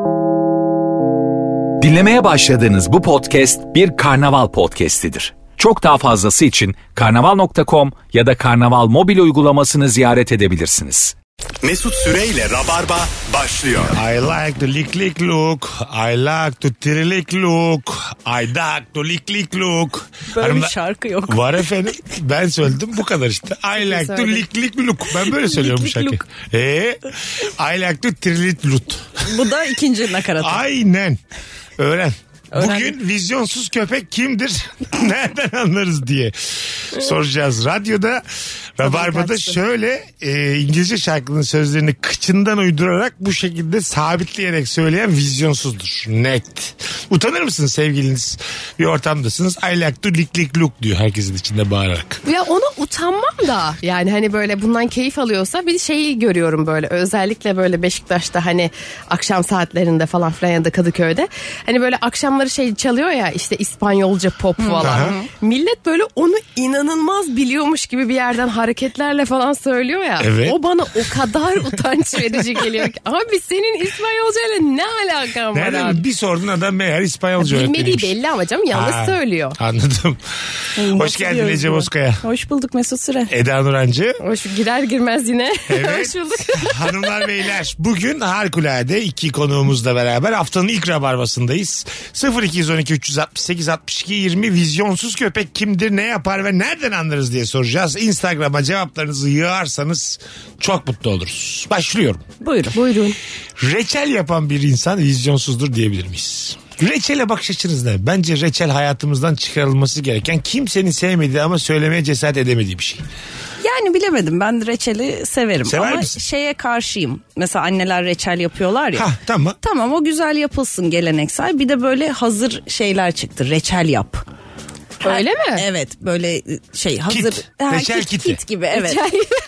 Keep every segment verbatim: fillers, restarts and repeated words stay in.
Dinlemeye başladığınız bu podcast bir karnaval podcastidir. Çok daha fazlası için karnaval nokta com ya da karnaval mobil uygulamasını ziyaret edebilirsiniz. Mesut Süreyle Rabarba başlıyor. I like to lick lick look. I like to tirilik look. I like to lick lick look. Böyle Hanımlar, bir şarkı yok. Var efendim. Ben söyledim bu kadar işte. I like to lick lick look. Ben böyle söylüyorum bu şarkıyı. Ee, I like to tirilik lut. Bu da ikinci nakaratı. Aynen. Öğren. Öğren. Bugün vizyonsuz köpek kimdir? Nereden anlarız diye soracağız. Radyoda Rabarba'da şöyle e, İngilizce şarkının sözlerini kıçından uydurarak bu şekilde sabitleyerek söyleyen vizyonsuzdur. Net. Utanır mısınız sevgiliniz? Bir ortamdasınız. I like to lick lick look diyor herkesin içinde bağırarak. Ya ona utanmam da yani hani böyle bundan keyif alıyorsa bir şeyi görüyorum böyle özellikle böyle Beşiktaş'ta hani akşam saatlerinde falan filan ya da Kadıköy'de hani böyle akşamları şey çalıyor ya işte İspanyolca pop falan. Aha. Millet böyle onu inanılmaz biliyormuş gibi bir yerden hareketlerle falan söylüyor ya. Evet. O bana o kadar utanç verici geliyor ki. Abi senin İspanyolcayla ne alakan var Nereden abi? bir sordun adam meğer İspanyolca Bilmediği öğretmeniymiş. belli ama canım yanlış Ha, söylüyor. Anladım. Hoş geldin diyoruz Ece bu? Bozkaya. Hoş bulduk Mesut Süre. Eda Nurancı. Hoş girer girmez yine. Evet. Hoş bulduk. Hanımlar beyler bugün harikulade iki konuğumuzla beraber haftanın ilk rabarbasındayız. sıfır iki on iki üç altı sekiz altmış iki yirmi vizyonsuz köpek kimdir, ne yapar ve nereden anlarız diye soracağız. Instagram'a cevaplarınızı yığarsanız çok mutlu oluruz. Başlıyorum. Buyurun. Buyurun. Reçel yapan bir insan vizyonsuzdur diyebilir miyiz? Reçele bakış açınız ne? Bence reçel hayatımızdan çıkarılması gereken, kimsenin sevmediği ama söylemeye cesaret edemediği bir şey. Yani bilemedim, ben reçeli severim. Sever ama misin? şeye karşıyım. Mesela anneler reçel yapıyorlar ya. Ha tamam. Tamam, o güzel yapılsın, geleneksel. Bir de böyle hazır şeyler çıktı. Reçel yap. Öyle mi? Evet, böyle şey hazır. Kit. Ha, Reçel kit, kiti. kit gibi, evet.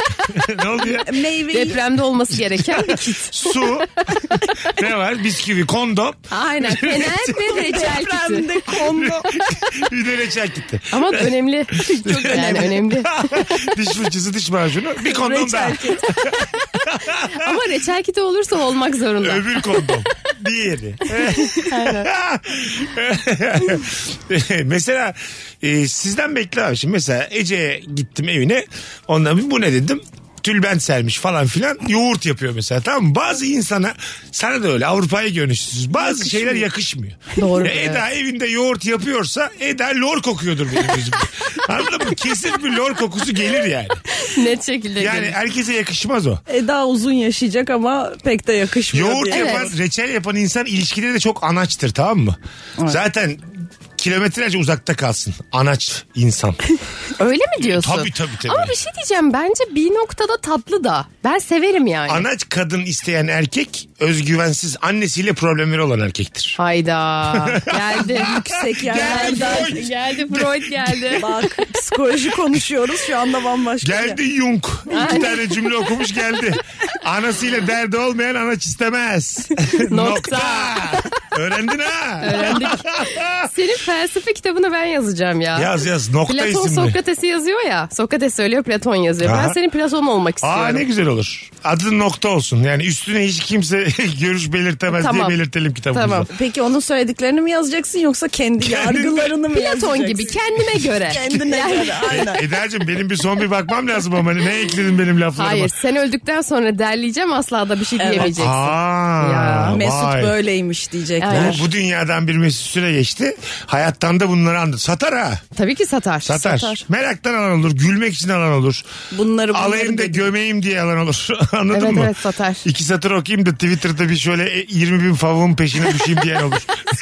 Ne oldu ya? Meyveyi. Depremde olması gereken bir kit. Su. Ne var? Bisküvi, kondom. Aynen. Fener ve reçel kiti. Depremde kondom. Bir de reçel gitti. Ama önemli. Çok önemli. önemli. Diş fırçası, diş macunu, bir kondom daha. Ama reçel kiti olursa olmak zorunda. Öbür kondom. Diğeri. Mesela e, sizden bekle abi. Şimdi mesela Ece'ye gittim evine. Ondan bu ne dedim? Tülbent sermiş falan filan, yoğurt yapıyor mesela, tamam mı? Bazı insana, sana da öyle, Avrupa'ya görünüşsüz, bazı şeyler yakışmıyor. Doğru. Ya Eda evinde yoğurt yapıyorsa Eda lor kokuyordur benim gözümde. Anladın mı? Kesin bir lor kokusu gelir yani. Net şekilde. Yani gelir. herkese yakışmaz o. Eda uzun yaşayacak ama pek de yakışmıyor Yoğurt diye. yapan, Evet. reçel yapan insan ilişkide de çok anaçtır, tamam mı? Zaten kilometrelerce uzakta kalsın anaç insan. Öyle mi diyorsun? Tabii, tabii, tabii. Ama bir şey diyeceğim, bence bir noktada tatlı da. Ben severim yani. Anaç kadın isteyen erkek özgüvensiz, annesiyle problemleri olan erkektir. Hayda. Geldi. Yüksek Geldi yerlerden. Freud. geldi Freud geldi. Bak, psikoloji konuşuyoruz şu anda, bambaşka. Geldi Jung. İki tane cümle okumuş geldi. Anasıyla derdi olmayan anaç istemez. Nokta. Öğrendin ha. Öğrendik. Senin felsefe kitabını ben yazacağım ya. Yaz yaz, nokta Platon isimli. Sokrates'i yazıyor ya. Sokrates söylüyor, Platon yazıyor. Aha. Ben senin Platon olmak istiyorum. Aa, ne güzel olur. Adı nokta olsun. Yani üstüne hiç kimse görüş belirtemez Tamam. diye belirtelim kitabımızda. Tamam. Peki onun söylediklerini mi yazacaksın yoksa kendi Kendin- yargılarını mı Platon yazacaksın? gibi kendime göre. Kendine göre, aynen. Eda'cığım benim bir son bir bakmam lazım ama ne ekledin benim laflarıma? Hayır, sen öldükten sonra derleyeceğim, asla da bir şey Evet. diyemeyeceksin. Aa, Ya. Mesut vay. böyleymiş diyecekler. Aynen. Bu, bu dünyadan bir Mesut Süre geçti. Hayattan da bunları anladı. Satar ha. Tabii ki satar. Satar. Satar. Meraktan alan olur. Gülmek için alan olur. Bunları bunları Alayım da dedi. gömeyim diye alan olur. Anladın Evet mı? evet satar. İki satır okuyayım da Twitter'da bir şöyle yirmi bin favuğun peşine düşeyim diyen olur.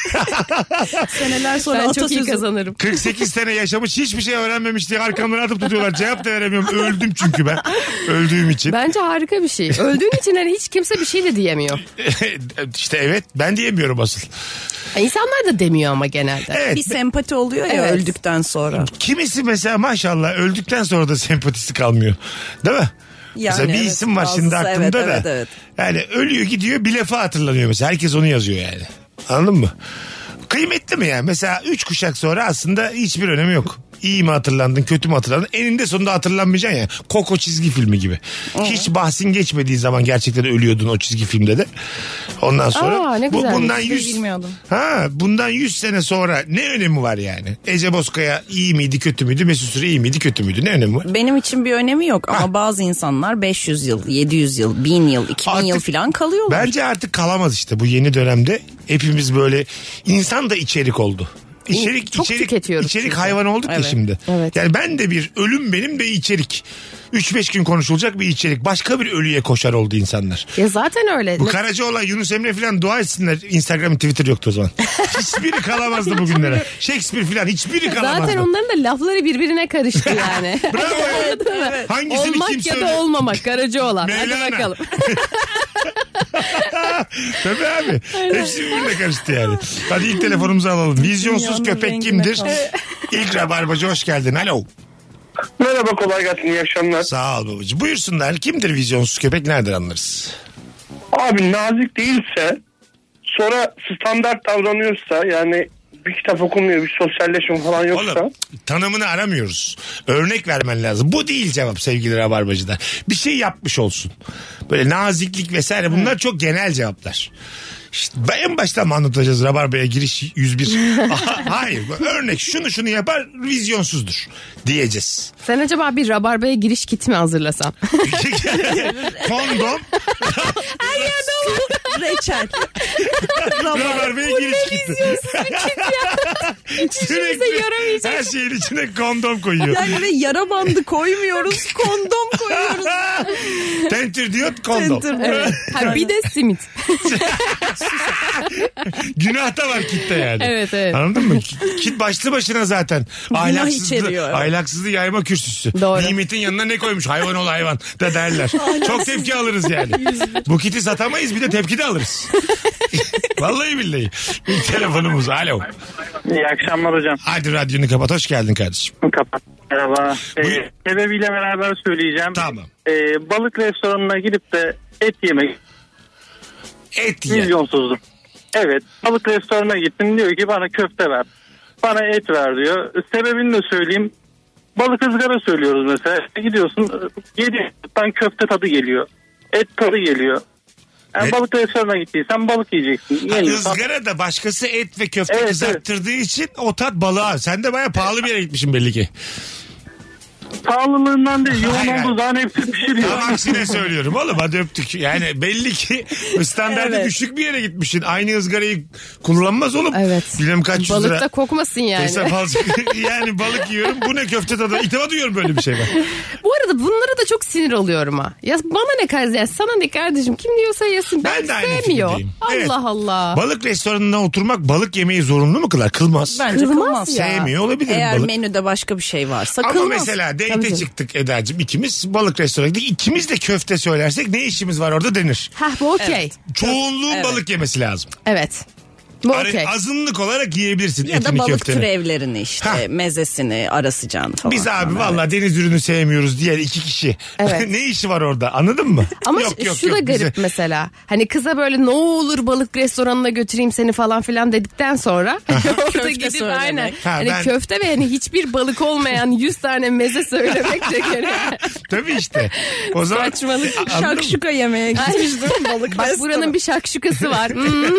Seneler sonra Ben çok iyi atasözü. kazanırım. kırk sekiz sene yaşamış, hiçbir şey öğrenmemiş diye arkamdan atıp tutuyorlar. Cevap da veremiyorum. Öldüm çünkü ben. Öldüğüm için. Bence harika bir şey. Öldüğün için hani hiç kimse bir şey de diyemiyor. İşte evet, ben diyemiyorum asıl. İnsanlar da demiyor ama genelde. Evet. Bir sempati oluyor ya Evet. öldükten sonra. Kimisi mesela maşallah öldükten sonra da sempatisi kalmıyor. Değil mi? Yani mesela bir evet, isim var şimdi bazısı, aklımda evet, da. evet, evet. Yani ölüyor gidiyor, bir lafa hatırlanıyor mesela. Herkes onu yazıyor yani. Anladın mı? Kıymetli mi yani? Mesela üç kuşak sonra aslında hiçbir önemi yok. İyi mi hatırlandın, kötü mü hatırlandın? Eninde sonunda hatırlanmayacaksın ya. Koko çizgi filmi gibi. Hiç bahsin geçmediği zaman gerçekten ölüyordun o çizgi filmde de. Ondan sonra Aa, ne bu, güzelmiş. bundan Hiç yüz bilmiyordum. Ha, bundan yüz sene sonra ne önemi var yani? Ece Bozkaya iyi miydi, kötü müydü? Mesut Süre iyi miydi, kötü müydü? Ne önemi var? Benim için bir önemi yok ama bazı insanlar beş yüz yıl, yedi yüz yıl, bin yıl, iki bin Artık- yıl falan kalıyorlar. Bence artık kalamaz işte bu yeni dönemde. Hepimiz böyle insan da içerik oldu. İçerik, Çok içerik, tüketiyoruz içerik çünkü. hayvan olduk ya Evet. şimdi. Evet. Yani ben de bir ölüm benim de içerik. üç beş gün konuşulacak bir içerik. Başka bir ölüye koşar oldu insanlar. Ya zaten öyle. Bu Karacaoğlan, Yunus Emre falan dua etsinler. Instagram, Twitter yoktu o zaman. Hiçbiri kalamazdı bugünlere. Shakespeare falan hiçbiri kalamazdı. Zaten onların da lafları birbirine karıştı yani. Bravo ya. Hangisini Olmak kim ya söylüyor? da olmamak Karacaoğlan. Hadi Mevlana. bakalım. Tabii abi. Hepsi birbirine karıştı yani. Hadi ilk telefonumuzu alalım. Vizyonsuz Dünyanın köpek rengine kimdir? kalmış. İlk Rabarbacı hoş geldin. Alo. Merhaba, kolay gelsin, iyi akşamlar. Sağ ol babacığım. Buyursunlar. Kimdir vizyonsuz köpek? Nereden anlarız? Abi nazik değilse, sonra standart davranıyorsa, yani bir kitap okumuyor, bir sosyalleşme falan yoksa. Oğlum tanımını aramıyoruz. Örnek vermen lazım. Bu değil cevap sevgili Rabarbacılar. Bir şey yapmış olsun. Böyle naziklik vesaire bunlar çok genel cevaplar. İşte en baştan mı anlatacağız Rabarba'ya giriş yüz bir? Hayır. Örnek şunu şunu yapar vizyonsuzdur diyeceğiz. Sen acaba bir Rabarba'ya giriş kiti mi hazırlasan? Kondom. Reçel. Rabarba'ya giriş kiti. Sürekli yaramayacak. her şeyin içine kondom koyuyor. Yani ve yara bandı koymuyoruz, kondom koyuyoruz. Tentür diyot kondom. Tentür. Evet. Ha, bir de simit. Günah da var kitte yani. Evet, evet. Anladın mı? Kit başlı başına zaten. Ahlaksızlığı, içeriyor, evet. ahlaksızlığı yayma kürsüsü. Doğru. Nimetin yanına ne koymuş? Hayvan ol hayvan da derler. Çok tepki alırız yani. Bu kiti satamayız, bir de tepki de alırız. Vallahi billahi. Bir telefonumuz. Alo. İyi akşamlar hocam. Hadi radyonu kapat. Hoş geldin kardeşim. Kapat. Merhaba. Buyur. Ee, sebebiyle beraber söyleyeceğim. Tamam. Ee, balık restoranına gidip de et yemek Et ye. vizyonsuzdur. Evet, balık restoranına gittin, diyor ki bana köfte ver. Bana et ver diyor. Sebebini de söyleyeyim. Balık ızgara söylüyoruz mesela. Gidiyorsun, yediğinden köfte tadı geliyor. Et tadı geliyor. Yani Et- balık restoranına gittiysen balık yiyeceksin. Ha, Yeniyorsan- ızgara da başkası et ve köfte Evet, kızarttırdığı için o tat balığa. Sen de baya pahalı bir yere gitmişsin belli ki. Pahalılığından değil, yoğun Hayır, hayır. olduğu zaman hepsi pişiriyor. Tam aksine söylüyorum oğlum, hadi öptük. Yani belli ki standartı Evet. düşük bir yere gitmişsin. Aynı ızgarayı kullanmaz oğlum. Evet. Bilmem kaç yüz Balık lira. da kokmasın yani. Mesela fazla- yani balık yiyorum, bu ne köfte tadı. İlk duyuyorum böyle bir şey ben. Bu arada bunlara da çok sinir oluyorum ha. Ya bana ne kardeşim, sana ne kardeşim, kim diyorsa yesin. Ben, Ben de aynı sevmiyor. fikirdeyim. Allah Evet. Allah. Balık restoranına oturmak balık yemeği zorunlu mu kılar? Kılmaz. Bence Kılmaz kılmaz. ya. Sevmiyor olabilir Eğer balık. menüde başka bir şey varsa Ama kılmaz. mesela Tabii date canım. çıktık Eda'cığım ikimiz. Balık restoranına gittik. İkimiz de köfte söylersek ne işimiz var orada denir. Hah, bu okey. Çoğunluğun Evet. balık yemesi lazım. Evet. Bu Ar- okey. Azınlık olarak yiyebilirsin Ya da etini balık köfteni. türevlerini işte Hah. mezesini, ara sıcağını falan. Biz abi falan. vallahi deniz ürünü sevmiyoruz diğer iki kişi. Evet. Ne işi var orada, anladın mı? Ama Yok, şu- yok, şu yok, da garip bize- mesela. Hani kıza böyle ne olur balık restoranına götüreyim seni falan filan dedikten sonra orada Köfte gidip söylemek. aynen Ha, hani ben- köfte ve hani hiçbir balık olmayan yüz tane meze söylemek de gerek. Tabii işte. O zaman Saçmalık. Anladın mı? Şakşuka yemeye gitmiştim balık Bak restoranı. buranın bir şakşukası var. Hmm.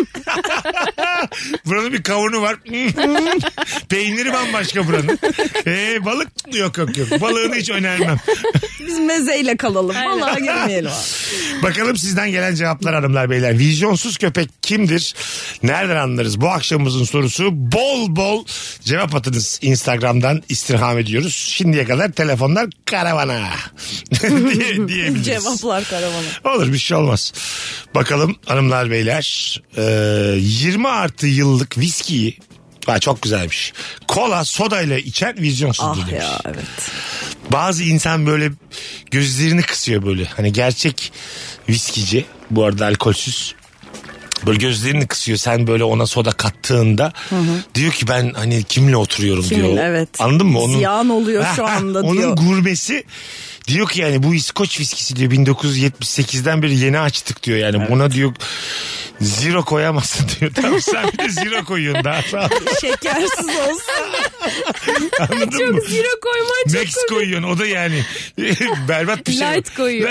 Buranın bir kavunu var. Peyniri bambaşka buranın. Ee, balık yok yok yok. Balığını hiç önermem. Biz mezeyle kalalım. Vallahi girmeyelim abi. Bakalım sizden gelen cevaplar hanımlar beyler. Vizyonsuz köpek kimdir? Nereden anlarız? Bu akşamımızın sorusu. Bol bol cevap atınız. Instagram'dan istirham ediyoruz. Şimdiye kadar telefonlar karavana. diye, diyebiliriz. Cevaplar karavanı. Olur, bir şey olmaz. Bakalım hanımlar beyler. Ee, yirmi artı yıllık viskiyi, ha, çok güzelmiş, kola sodayla içen vizyonsuzdur Ah demiş. ya, evet. Bazı insan böyle gözlerini kısıyor böyle. Hani gerçek viskici, bu arada alkolsüz, böyle gözlerini kısıyor. Sen böyle ona soda kattığında diyor ki ben hani kimle oturuyorum Kimin, diyor. evet. Anladın mı? Onun, Ziyan oluyor şu anda onun diyor. gurmesi Diyor ki yani bu İskoç viskisi diyor bin dokuz yüz yetmiş sekizden beri yeni açtık diyor yani. Evet. Buna diyor zero koyamazsın diyor. Tamam sen bir de zero koyuyorsun daha sağ. Şekersiz olsun. Anladın çok mı? zero koyman çok Max koyuyorsun o da yani berbat bir şey. Light koyuyor.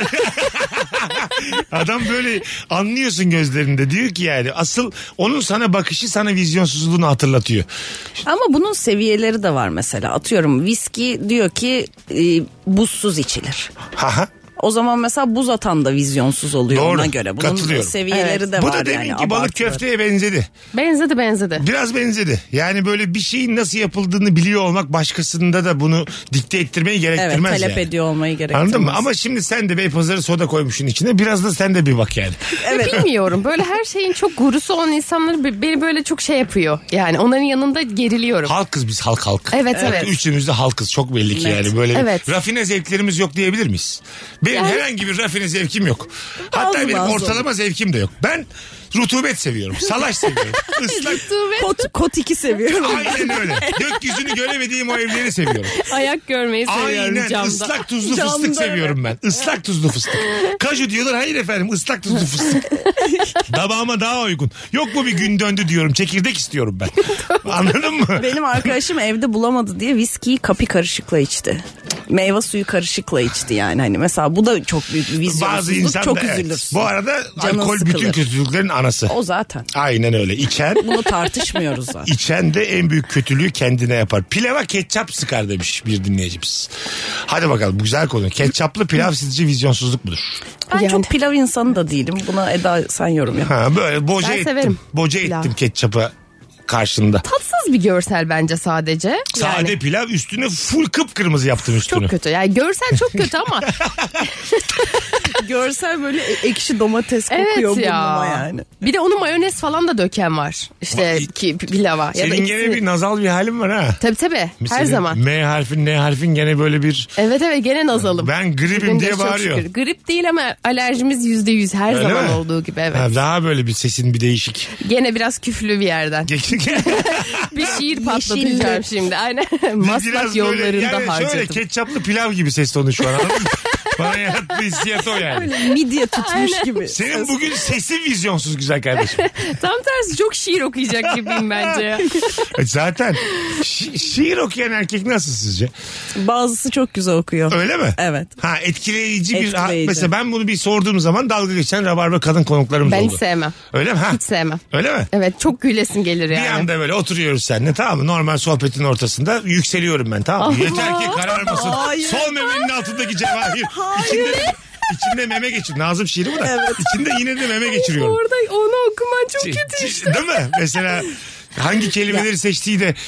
Adam böyle anlıyorsun gözlerinde diyor ki yani asıl onun sana bakışı sana vizyonsuzluğunu hatırlatıyor. Ama bunun seviyeleri de var mesela. Atıyorum viski diyor ki e, buzsuz içilir. Haha. O zaman mesela buz atan da vizyonsuz oluyor. Doğru, ona göre. Bunun katılıyorum. seviyeleri evet. de Bu var da yani. demin ki balık abartılı. köfteye benzedi. Benzedi benzedi. Biraz benzedi. Yani böyle bir şeyin nasıl yapıldığını biliyor olmak başkasında da bunu dikte ettirmeyi gerektirmez Evet, talep yani. ediyor olmayı gerektirmez. Anladın mı? Ama şimdi sen de Beypazarı soda koymuşsun içine. Biraz da sen de bir bak yani. Evet. Bilmiyorum. Böyle her şeyin çok gurusu olan insanlar beni böyle çok şey yapıyor. Yani onların yanında geriliyorum. Halkız biz halk halk. Evet, evet. Üçümüz de halkız çok belli ki Evet. yani. Böyle Evet. rafine zevklerimiz yok diyebilir miyiz? Benim Yani- herhangi bir rafine zevkim yok. Hatta Bazı benim bazı ortalama zevkim de yok. Ben rutubet seviyorum. Salaş seviyorum. Islak. Kot, kot iki seviyorum. Aynen öyle. Gökyüzünü göremediğim o evleri seviyorum. Ayak görmeyi seviyorum Aynen camda. ıslak tuzlu Camda, fıstık seviyorum ben. Islak tuzlu fıstık. Kaju diyorlar, hayır efendim ıslak tuzlu fıstık. Dabağıma daha uygun. Yok mu bir gün döndü diyorum, çekirdek istiyorum ben. Anladın mı? Benim arkadaşım evde bulamadı diye viskiyi kapi karışıkla içti. Meyve suyu karışıkla içti yani. Hani mesela bu da çok büyük bir Bazı vizyonsuzluk. insan Çok da evet. üzülürsün. Bu arada Canın alkol sıkılır. bütün kötülüklerin anası. O zaten. Aynen öyle. İçen Bunu tartışmıyoruz zaten. İçen de en büyük kötülüğü kendine yapar. Pilava ketçap sıkar demiş bir dinleyicimiz. Hadi bakalım, güzel konu. Ketçaplı pilav sizce vizyonsuzluk mudur? Ben Yani. çok pilav insanı da değilim. Buna Eda sen yorum yap. Ha, böyle boca Ben ettim. severim Boca pilav. ettim ketçapa karşında. Tatsız bir görsel bence sadece. Sade Yani pilav üstüne full kıpkırmızı yaptım üstünü. çok kötü. Yani görsel çok kötü ama Görsel böyle ekşi domates evet kokuyor burnuma ya. yani. Bir de onu mayonez falan da döken var. İşte Bak, ki pilava. Ya da Senin ikisi... gene bir nazal bir halin var ha. Tabii tabii. Senin Her zaman. M harfin N harfin gene böyle bir Evet evet gene nazalım. ben gribim Bugün de diye çok bağırıyor. şükür. Grip değil ama alerjimiz yüzde yüz her Öyle zaman mi? olduğu gibi evet. Ha, daha böyle bir sesin bir değişik. Gene biraz küflü bir yerden. Bir şiir patlatacağım şimdi. Aynen. Maslak yollarında yani harcadım. şöyle ketçaplı pilav gibi ses tonu şu an, anladın mı? Bana yarattığı hissiyat o yani. Midye tutmuş Aynen. gibi. Senin bugün sesin vizyonsuz güzel kardeşim. Tam tersi çok şiir okuyacak gibiyim bence ya. E zaten şi- şiir okuyan erkek nasıl sizce? Bazısı çok güzel okuyor. Öyle mi? Evet. Ha, etkileyici bir... Ha, Etkileyici. mesela ben bunu bir sorduğum zaman dalga geçen Rabarba kadın konuklarımız Ben oldu. hiç sevmem. Öyle mi? Ha? Hiç sevmem. Öyle mi? Evet çok gülesim gelir Bir yani. anda böyle oturuyoruz seninle, tamam mı? Normal sohbetin ortasında yükseliyorum ben, tamam mı? Yeter ki kararmasın. Hayır. Sol memenin altındaki cevahir. İçinde, içinde meme geçir. Nazım şiiri bu da. Evet. İçinde yine de meme geçiriyorum. Orada onu okuman çok Ç- kötü ç- işte. Değil mi? Mesela hangi kelimeleri seçtiği de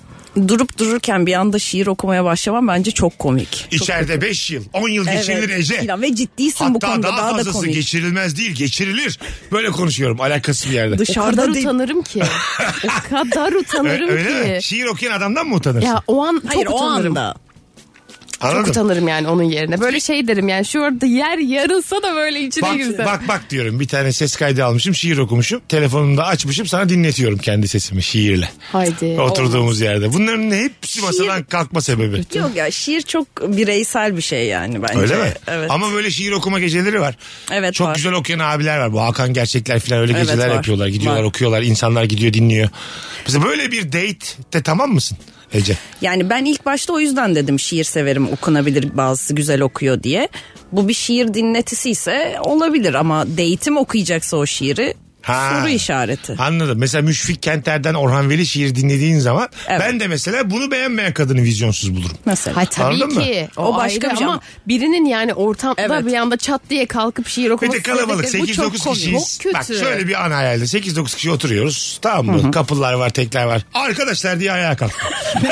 Durup dururken bir anda şiir okumaya başlamam bence çok komik. içeride beş yıl on yıl geçirilir Ece. Filan. Ve ciddiysin bu Hatta konuda daha, daha, da fazlası komik. geçirilmez değil, geçirilir. Böyle konuşuyorum alakasız bir yerde. O Dışarıda kadar değil. utanırım ki. O kadar Ö- utanırım öyle ki. mi? Şiir okuyan adamdan mı utanırsın? Ya o an Hayır çok o utanırım. anda. Anladın Çok mı? utanırım yani onun yerine. Böyle şey derim yani şu orada yer yarılsa da böyle içine girse. Bak, bak bak diyorum, bir tane ses kaydı almışım, şiir okumuşum, telefonumda açmışım, sana dinletiyorum kendi sesimi şiirle. Haydi. Oturduğumuz yerde. Bunların hepsi masadan kalkma sebebi. Yok ya şiir çok bireysel bir şey yani bence. Öyle mi? Evet. Ama böyle şiir okuma geceleri var. Evet, Çok var. güzel okuyan abiler var. Bu Hakan Gerçekler falan öyle Evet, geceler var. yapıyorlar. Gidiyorlar Var. okuyorlar. İnsanlar gidiyor dinliyor. Mesela böyle bir date de tamam mısın Ece? Yani ben ilk başta o yüzden dedim şiir severim, okunabilir, bazısı güzel okuyor diye. Bu bir şiir dinletisi ise olabilir ama date'im okuyacaksa o şiiri Ha. soru işareti. Anladım. Mesela Müşfik Kenter'den Orhan Veli şiir dinlediğin zaman Evet. ben de mesela bunu beğenmeyen kadını vizyonsuz bulurum. Mesela. Ha tabii Anladın ki. O, O başka başka bir şey ama ama- birinin yani ortamda Evet. bir anda çat diye kalkıp şiir Bir okuması. de kalabalık dedikleri, bu sekiz çok dokuz komik. kişiyiz. Çok Bak kötü. şöyle bir an hayalde sekiz dokuz kişi oturuyoruz. Tamam mı? Kapılar var, tekler var. Arkadaşlar diye ayağa kalktı.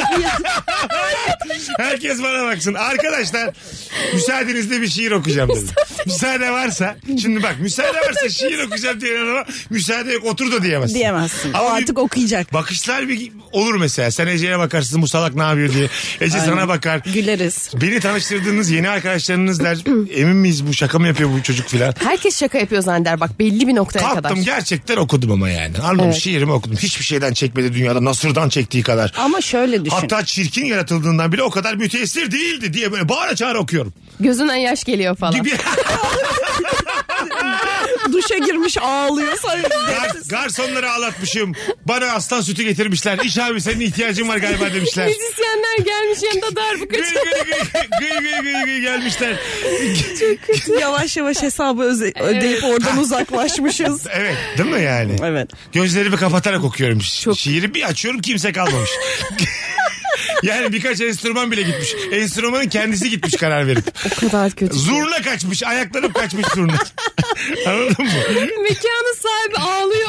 Herkes bana baksın. Arkadaşlar müsaadenizle bir şiir okuyacağım dedim. Müsaade varsa, şimdi bak müsaade varsa şiir okuyacağım diyen adama müsaade yok otur da diyemezsin. Diyemezsin. Ama o artık bir okuyacak. bakışlar bir olur mesela. Sen Ece'ye bakarsın bu salak ne yapıyor diye. Ece Aynen. sana bakar. Güleriz. Beni tanıştırdığınız yeni arkadaşlarınız der. Emin miyiz bu şaka mı yapıyor bu çocuk filan. Herkes şaka yapıyor zanneder bak belli bir noktaya Kalktım kadar. gerçekten okudum ama yani. Anladım Evet. şiirimi okudum. Hiçbir şeyden çekmedi dünyada. Nasır'dan çektiği kadar. Ama şöyle düşün. Hatta çirkin yaratıldığından bile o kadar müteessir değildi diye böyle bağıra çağıra okuyorum. Gözünden yaş geliyor falan. Gibi. Duşa girmiş ağlıyor. Gar- garsonları ağlatmışım. Bana aslan sütü getirmişler. İş abi senin ihtiyacın var galiba demişler. Müzisyenler gelmiş yanında darbuka Gıy gıy gıy gıy gıy gıy gıy gelmişler. Yavaş yavaş hesabı öze- ödeyip oradan uzaklaşmışız. Evet değil mi yani? Evet. Gözlerimi kapatarak okuyorum. Şiiri bir açıyorum kimse kalmamış. Yani birkaç enstrüman bile gitmiş. Enstrümanın kendisi gitmiş karar verip. O kadar kötü. Zurna kaçmış. Ayaklarım kaçmış zurna. Anladın mı? Mekanın sahibi ağlıyor.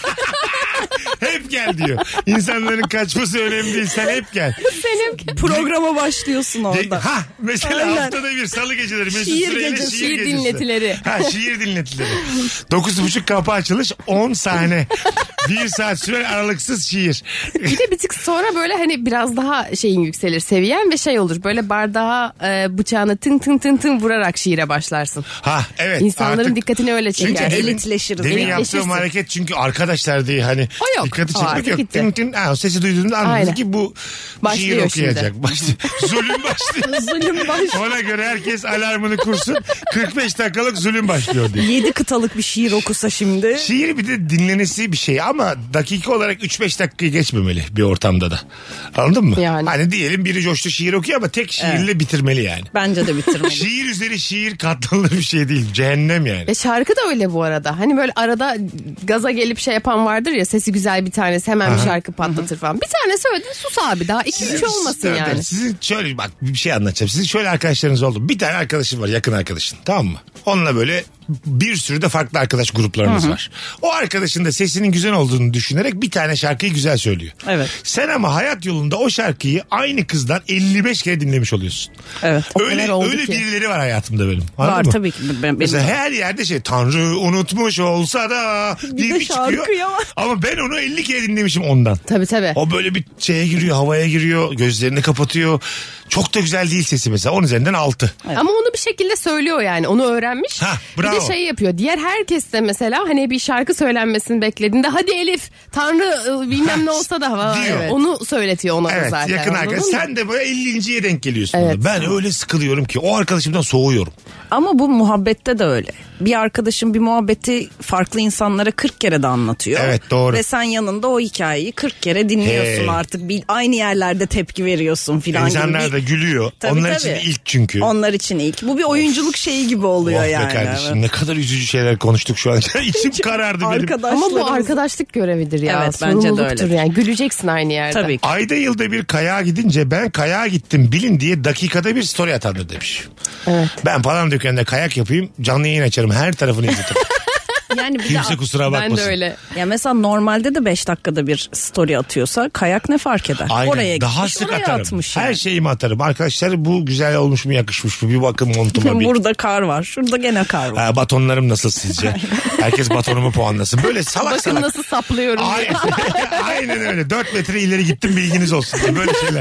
Hep gel diyor. İnsanların kaçması önemli değil. Sen hep gel. Sen hep Programa başlıyorsun orada. Ha mesela Aynen. haftada bir salı geceleri Mesut Şiir Süreyle gecesi, şiir, şiir gecesi. dinletileri. Ha şiir dinletileri. Dokuz buçuk kapı açılış on sahne. Bir saat süren aralıksız şiir. bir de bir tık sonra böyle hani biraz daha şeyin yükselir seviyen ve şey olur. Böyle bardağa e, bıçağını tın tın tın tın vurarak şiire başlarsın. Ha evet. İnsanların artık- dikkatini öyle Çünkü çeker. demin, Elitleşiriz. demin Elitleşirsin. yaptığım hareket çünkü arkadaşlar diye hani O yok. dikkati O çekmek artık yok. gitti. Tın tın, ha, o sesi duyduğunda anladın Aynen. ki bu Başlıyor şiir okuyacak. şimdi. Başlıyor. Zulüm başlıyor. Zulüm baş. Ona göre herkes alarmını kursun. kırk beş dakikalık zulüm başlıyor diye. Yedi kıtalık bir şiir okusa şimdi. Şiir bir de dinlenesi bir şey ama dakika olarak üç beş dakikayı geçmemeli bir ortamda da. Anladın mı? Yani. Hani diyelim biri coştu şiir okuyor ama tek şiirle bitirmeli yani. Bence de bitirmeli. Şiir üzeri şiir katlanılır bir şey değil. Cehennem yani. E şarkı da öyle bu arada. Hani böyle arada gaza gelip şey yapan vardır ya sesi güzel bir tanesi hemen bir şarkı patlatır falan. Bir tane söyledin sus abi daha iki üç olmasın Tabii, yani. Sizin şöyle bak bir şey anlatacağım. Sizin şöyle arkadaşlarınız oldu. Bir tane arkadaşın var yakın arkadaşın tamam mı? Onunla böyle bir sürü de farklı arkadaş gruplarınız var. O arkadaşın da sesinin güzel olduğunu düşünerek bir tane şarkıyı güzel söylüyor. Evet. Sen ama hayat yolunda o şarkıyı aynı kızdan elli beş kere dinlemiş oluyorsun. Evet. O öyle kadar oldu öyle ki. birileri var hayatımda benim. Anladın Var mı? tabii ki. Ben, benim Mesela de. her yerde şey Tanrı unutmuş olsa da diye de bir çıkıyor. şarkıya var. Ama ben onu elli kere dinlemişim ondan. Tabii tabii. O böyle bir şeye giriyor, havaya giriyor, gözlerini kapatıyor. Çok da güzel değil sesi mesela. On üzerinden altı. Ama onu bir şekilde söylüyor yani. Onu öğrenmiş. Ha, bir bravo. de şey yapıyor. Diğer herkes de mesela hani bir şarkı söylenmesini beklediğinde hadi Elif Tanrı ıı, bilmem ne olsa da ha, Diyor. evet. Onu söyletiyor ona da Evet zaten. yakın anladın arkadaş. mı? Sen de böyle ellinciye denk geliyorsun. Evet. ona. Ben öyle sıkılıyorum ki o arkadaşımdan soğuyorum. Ama bu muhabbette de öyle. Bir arkadaşın bir muhabbeti farklı insanlara kırk kere de anlatıyor. Evet, doğru. Ve sen yanında o hikayeyi kırk kere dinliyorsun Hey. artık. Bir, aynı yerlerde tepki veriyorsun filan gibi. İnsanlar Bir- da gülüyor. Tabii, Onlar tabii. için ilk çünkü. Onlar için ilk. Bu bir oyunculuk şeyi gibi oluyor Oh be yani. kardeşim Evet. ne kadar üzücü şeyler konuştuk şu an. İçim karardı benim. Arkadaşlarımız. Ama bu arkadaşlık görevidir ya. Evet, bence de Sorumluluktur öyle. yani. Güleceksin aynı yerde. Tabii ki. Ayda yılda bir kayağa gidince ben kayağa gittim bilin diye dakikada bir story atandır demiş. Evet. Ben falan dükkanında kayak yapayım canlı yayın açarım her tarafını izletirim. Yani bir de Kimse kusura bakmasın. Ben de öyle. ya mesela normalde de beş dakikada bir story atıyorsa kayak ne fark eder? Aynen. Oraya Daha gitmiş, sık oraya atarım. atmış Her yani. şeyimi atarım. Arkadaşlar bu güzel olmuş mu yakışmış mı bir bakın montuma bir. Burada kar var. Şurada gene kar var. Ha, batonlarım nasıl sizce? Herkes batonumu puanlasın. Böyle salak Bakın salak. nasıl saplıyorum. Aynen, aynen öyle. Dört metre ileri gittim bilginiz olsun. Böyle şeyler.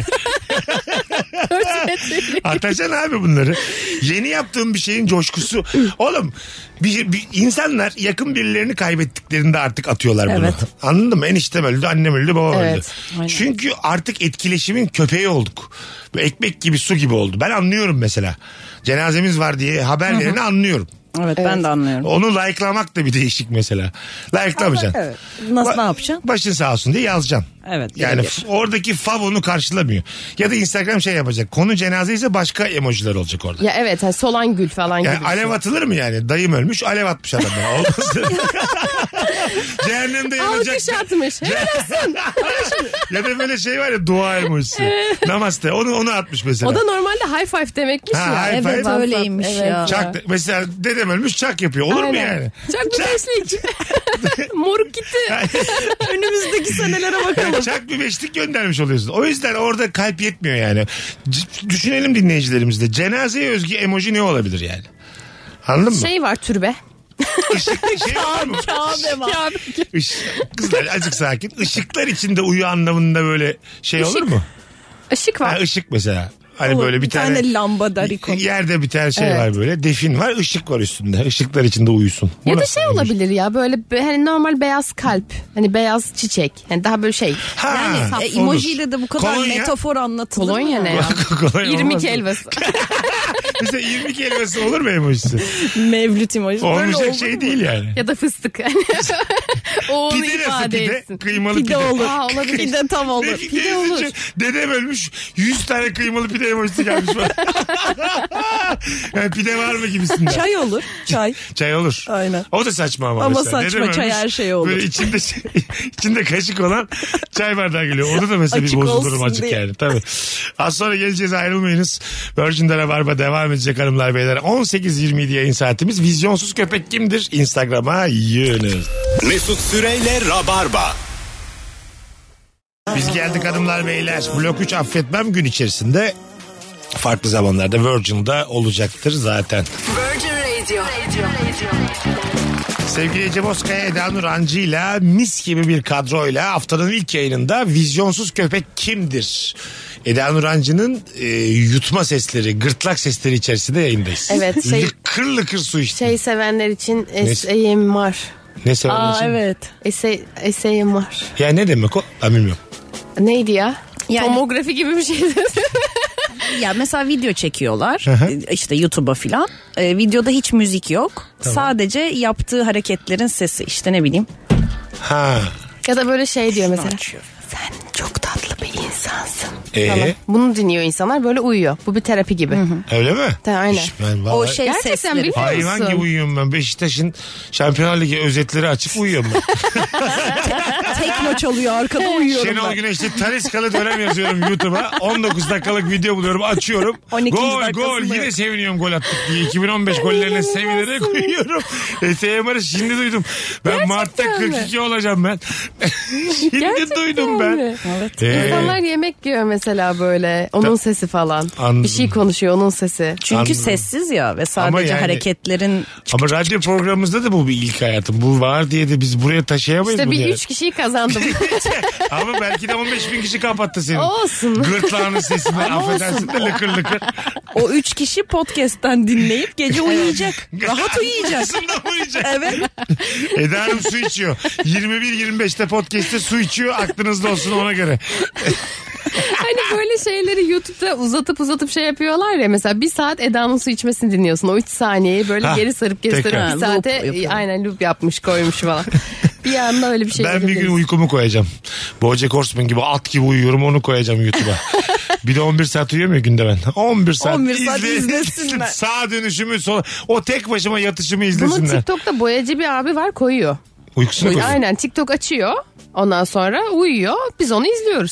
Atacaksın abi bunları. Yeni yaptığım bir şeyin coşkusu. Oğlum bir, bir, insanlar yakın birilerini kaybettiklerinde artık atıyorlar bunu. Evet. Anladın mı? Eniştem öldü, annem öldü, babam Evet, öldü. aynen. Çünkü artık etkileşimin köpeği olduk. Böyle ekmek gibi su gibi oldu. Ben anlıyorum mesela. Cenazemiz var diye haber vereni anlıyorum. Evet, ben de anlıyorum. Onu like'lamak da bir değişik mesela. Like'lamayacaksın. Evet. Nasıl Ba- ne yapacaksın? Başın sağ olsun diye yazacaksın. Evet. Yani birebir. f- oradaki fav onu karşılamıyor. Ya da Instagram şey yapacak. Konu cenaze ise başka emojiler olacak orada. Ya evet hani solan gül falan Yani gibi. alev atılır mı yani? Dayım ölmüş alev atmış adamlara. Olmaz. Cehennemde yanacak. Alkış atmış. Ya da böyle şey var ya dua emojisi. Namaste. Onu, onu atmış mesela. O da normalde high five demekmiş Ha, ya. high five. Evet öyleymiş ya. Çak, mesela dedem ölmüş çak yapıyor. Olur mu Aynen. yani? Çak bir beşlik. Moruk gitti. Önümüzdeki senelere bakalım. Çak bir beşlik göndermiş oluyorsun. O yüzden orada kalp yetmiyor yani. C- düşünelim dinleyicilerimizde. Cenazeye özgü emoji ne olabilir yani? Anladın mı? Şey var türbe. Işık şey var mı? Kabe var. Işık, kızlar azıcık sakin. Işıklar içinde uyu anlamında böyle şey olur mu? Işık var. Ha, ışık mesela. Hani Olur, böyle bir, bir tane, tane lamba darikon. yerde bir tane şey Evet. var böyle. Defin var, ışık var üstünde. Işıklar içinde uyusun. Bu Ya da nasıl şey emoji? olabilir ya böyle be- hani normal beyaz kalp. Hani beyaz çiçek. Hani daha böyle şey. Ha, Yani e, olur. emojiyle de bu kadar Kolonya. metafor anlatılır Kolonya mı? ne ya? Kolonya İrmik olmaz mı? helvası. Mesela irmik helvası olur mu emojisi? Mevlüt emojisi. Böyle Olmayacak olur şey mu? değil yani. Ya da fıstık. Hani o onu Pide nasıl ifade pide? etsin. Kıymalı Pide pide. olur. Aa, olabilir. Pide tam olur. Ne Pide pide olur. olur. Dedem ölmüş. yüz tane kıymalı pide emojisi gelmiş bana. Yani pide var mı gibisinden. Çay olur. Çay. Çay olur. Aynen. O da saçma ama. Ama mesela. saçma, Dedem çay ölmüş, her şey olur. Böyle içinde, içinde kaşık olan çay bardağı geliyor. Orada da mesela Açık bir bozulurum olsun açık diye. yani. Tabii. Az sonra geleceğiz, ayrılmayınız. Virgin'de Rabarba devam edecek hanımlar beyler. on sekiz yirmi yedi yayın saatimiz. Vizyonsuz köpek kimdir? Instagram'a yığınız. Mesut Süreyle Rabarba. Biz geldik hanımlar beyler. Blok üç affetmem gün içerisinde farklı zamanlarda Virgin'da olacaktır zaten. Virgin Radio. Sevgili Ece Bozkaya, Eda Nur Ancı'yla mis gibi bir kadroyla haftanın ilk yayınında vizyonsuz köpek kimdir? Eda Nur Ancı'nın e, yutma sesleri, gırtlak sesleri içerisinde yayındayız. Evet, şey- Lıkır lıkır su içti. Şey sevenler için Ne- S A M var. Ne sever Aa misin? evet. S A M var. Ya ne demek o? Ben bilmiyorum. Neydi ya? Yani- Tomografi gibi bir şeydi. Ya mesela video çekiyorlar Hı hı. e, işte YouTube'a filan. E, videoda hiç müzik yok. Sadece yaptığı hareketlerin sesi işte ne bileyim. Ha. Ya da böyle şey diyor mesela. Açıyor. Sen çok tatlı bir insansın. Ee? Falan. Bunu dinliyor insanlar böyle uyuyor. Bu bir terapi gibi. Öyle mi? Ta- aynen. İş, ben O vallahi- şey Gerçekten sesleri. bilmiyorum. Hayvan musun? gibi uyuyorum ben. Beşiktaş'ın Şampiyonlar Ligi özetleri açıp uyuyorum ben. Tekno çalıyor arkada uyuyorum Şenol ben. Güneş'te Taliskalı dönem yazıyorum YouTube'a. on dokuz dakikalık video buluyorum, açıyorum. on ikinci Gol dakikasında gol yine yok. seviniyorum gol attık diye. iki bin on beş gollerine sevinerek uyuyorum. E T M'leri şimdi duydum. Ben Mart'ta kırk iki olacağım ben. Şimdi Gerçekten duydum ben. mi? Evet. Ee, İnsanlar yemek yiyor mesela böyle. Onun Ta- sesi falan. Anladım. Bir şey konuşuyor onun sesi. Çünkü Anladım. sessiz ya ve sadece yani- hareketlerin Ama radyo programımızda da bu bir ilk hayatım. Bu var diye de biz buraya taşıyamayız İşte bunu bir yani. üç kişiyi kazandım. Ama belki de on beş bin kişi kapattı senin. Olsun. Gırtlağının sesinden affedersin de lıkır lıkır. o üç kişi podcast'ten dinleyip gece uyuyacak. Rahat uyuyacak. Aslında uyuyacak. Evet. Eda Hanım su içiyor. yirmi bir yirmi beşte podcast'te su içiyor. Aklınızda olsun ona göre. Hani böyle şeyleri YouTube'da uzatıp uzatıp şey yapıyorlar ya. Mesela bir saat Eda'nın su içmesini dinliyorsun. O üç saniyeyi böyle Ha, geri sarıp geri tekrar. sarıp bir Ha, loop saate yapıyor. aynen loop yapmış koymuş falan. Bir anda öyle bir şey Ben bir gün yapabiliriz. uykumu koyacağım. Bojack Horseman gibi at gibi uyuyorum, onu koyacağım YouTube'a. Bir de on bir saat uyuyorum ya günde ben. on bir saat, on bir saat izle- izlesinler. Sağ dönüşümü, sol, o tek başıma yatışımı Bunun izlesinler. TikTok'ta boyacı bir abi var koyuyor. Uykusuna koyuyorum. Aynen TikTok açıyor. Ondan sonra uyuyor. Biz onu izliyoruz.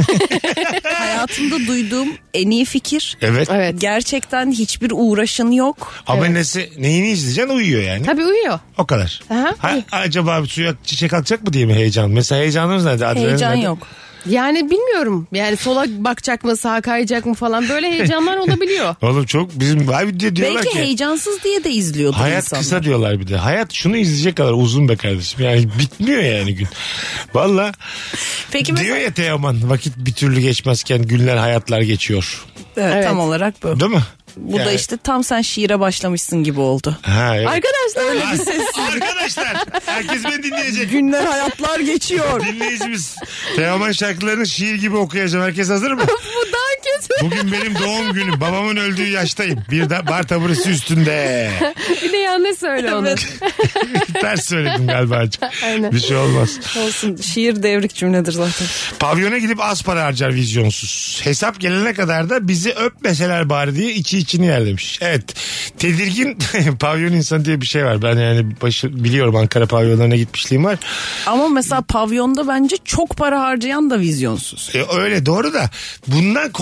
Hayatımda duyduğum en iyi fikir. Evet. Evet. Gerçekten hiçbir uğraşın yok. Ama nesi, neyini izleyeceksin, uyuyor yani. Tabii uyuyor. O kadar. Aha. Ha, acaba suya çiçek atacak mı diye mi heyecan? Mesela heyecanınız nerede? Adrenalin Heyecan nerede? yok. Yani bilmiyorum. Yani sola bakacak mı sağa kayacak mı falan böyle heyecanlar olabiliyor. Oğlum çok bizim abi diye diyorlar Belki ki. heyecansız diye de izliyordu Hayat insanlar. kısa diyorlar bir de. Hayat şunu izleyecek kadar uzun be kardeşim. Yani bitmiyor yani gün. Valla Peki diyor mesela ya Teoman, vakit bir türlü geçmezken günler hayatlar geçiyor. evet, Evet. tam olarak bu. Değil mi? Bu da Yani- işte tam sen şiire başlamışsın gibi oldu. Ha, evet. Arkadaşlar öyle Arkadaşlar herkes beni dinleyecek. Günler hayatlar geçiyor. Dinleyicimiz Teoman şarkılarını şiir gibi okuyacağım. Herkes hazır mı? bu daha kötü. Bugün benim doğum günüm. Babamın öldüğü yaştayım. Bir de bar taburesi üstünde. Bir de yanlış söyle onu. Ters söyledim galiba azıcık. Aynen. Bir şey olmaz. Olsun, şiir devrik cümledir zaten. Pavyona gidip az para harcar vizyonsuz. Hesap gelene kadar da bizi öpmeseler bari diye içi içini yer demiş. Evet. Tedirgin pavyon insanı diye bir şey var. Ben yani başı, biliyorum, Ankara pavyonlarına gitmişliğim var. Ama mesela pavyonda bence çok para harcayan da vizyonsuz. E, öyle doğru da bundan korktuğunu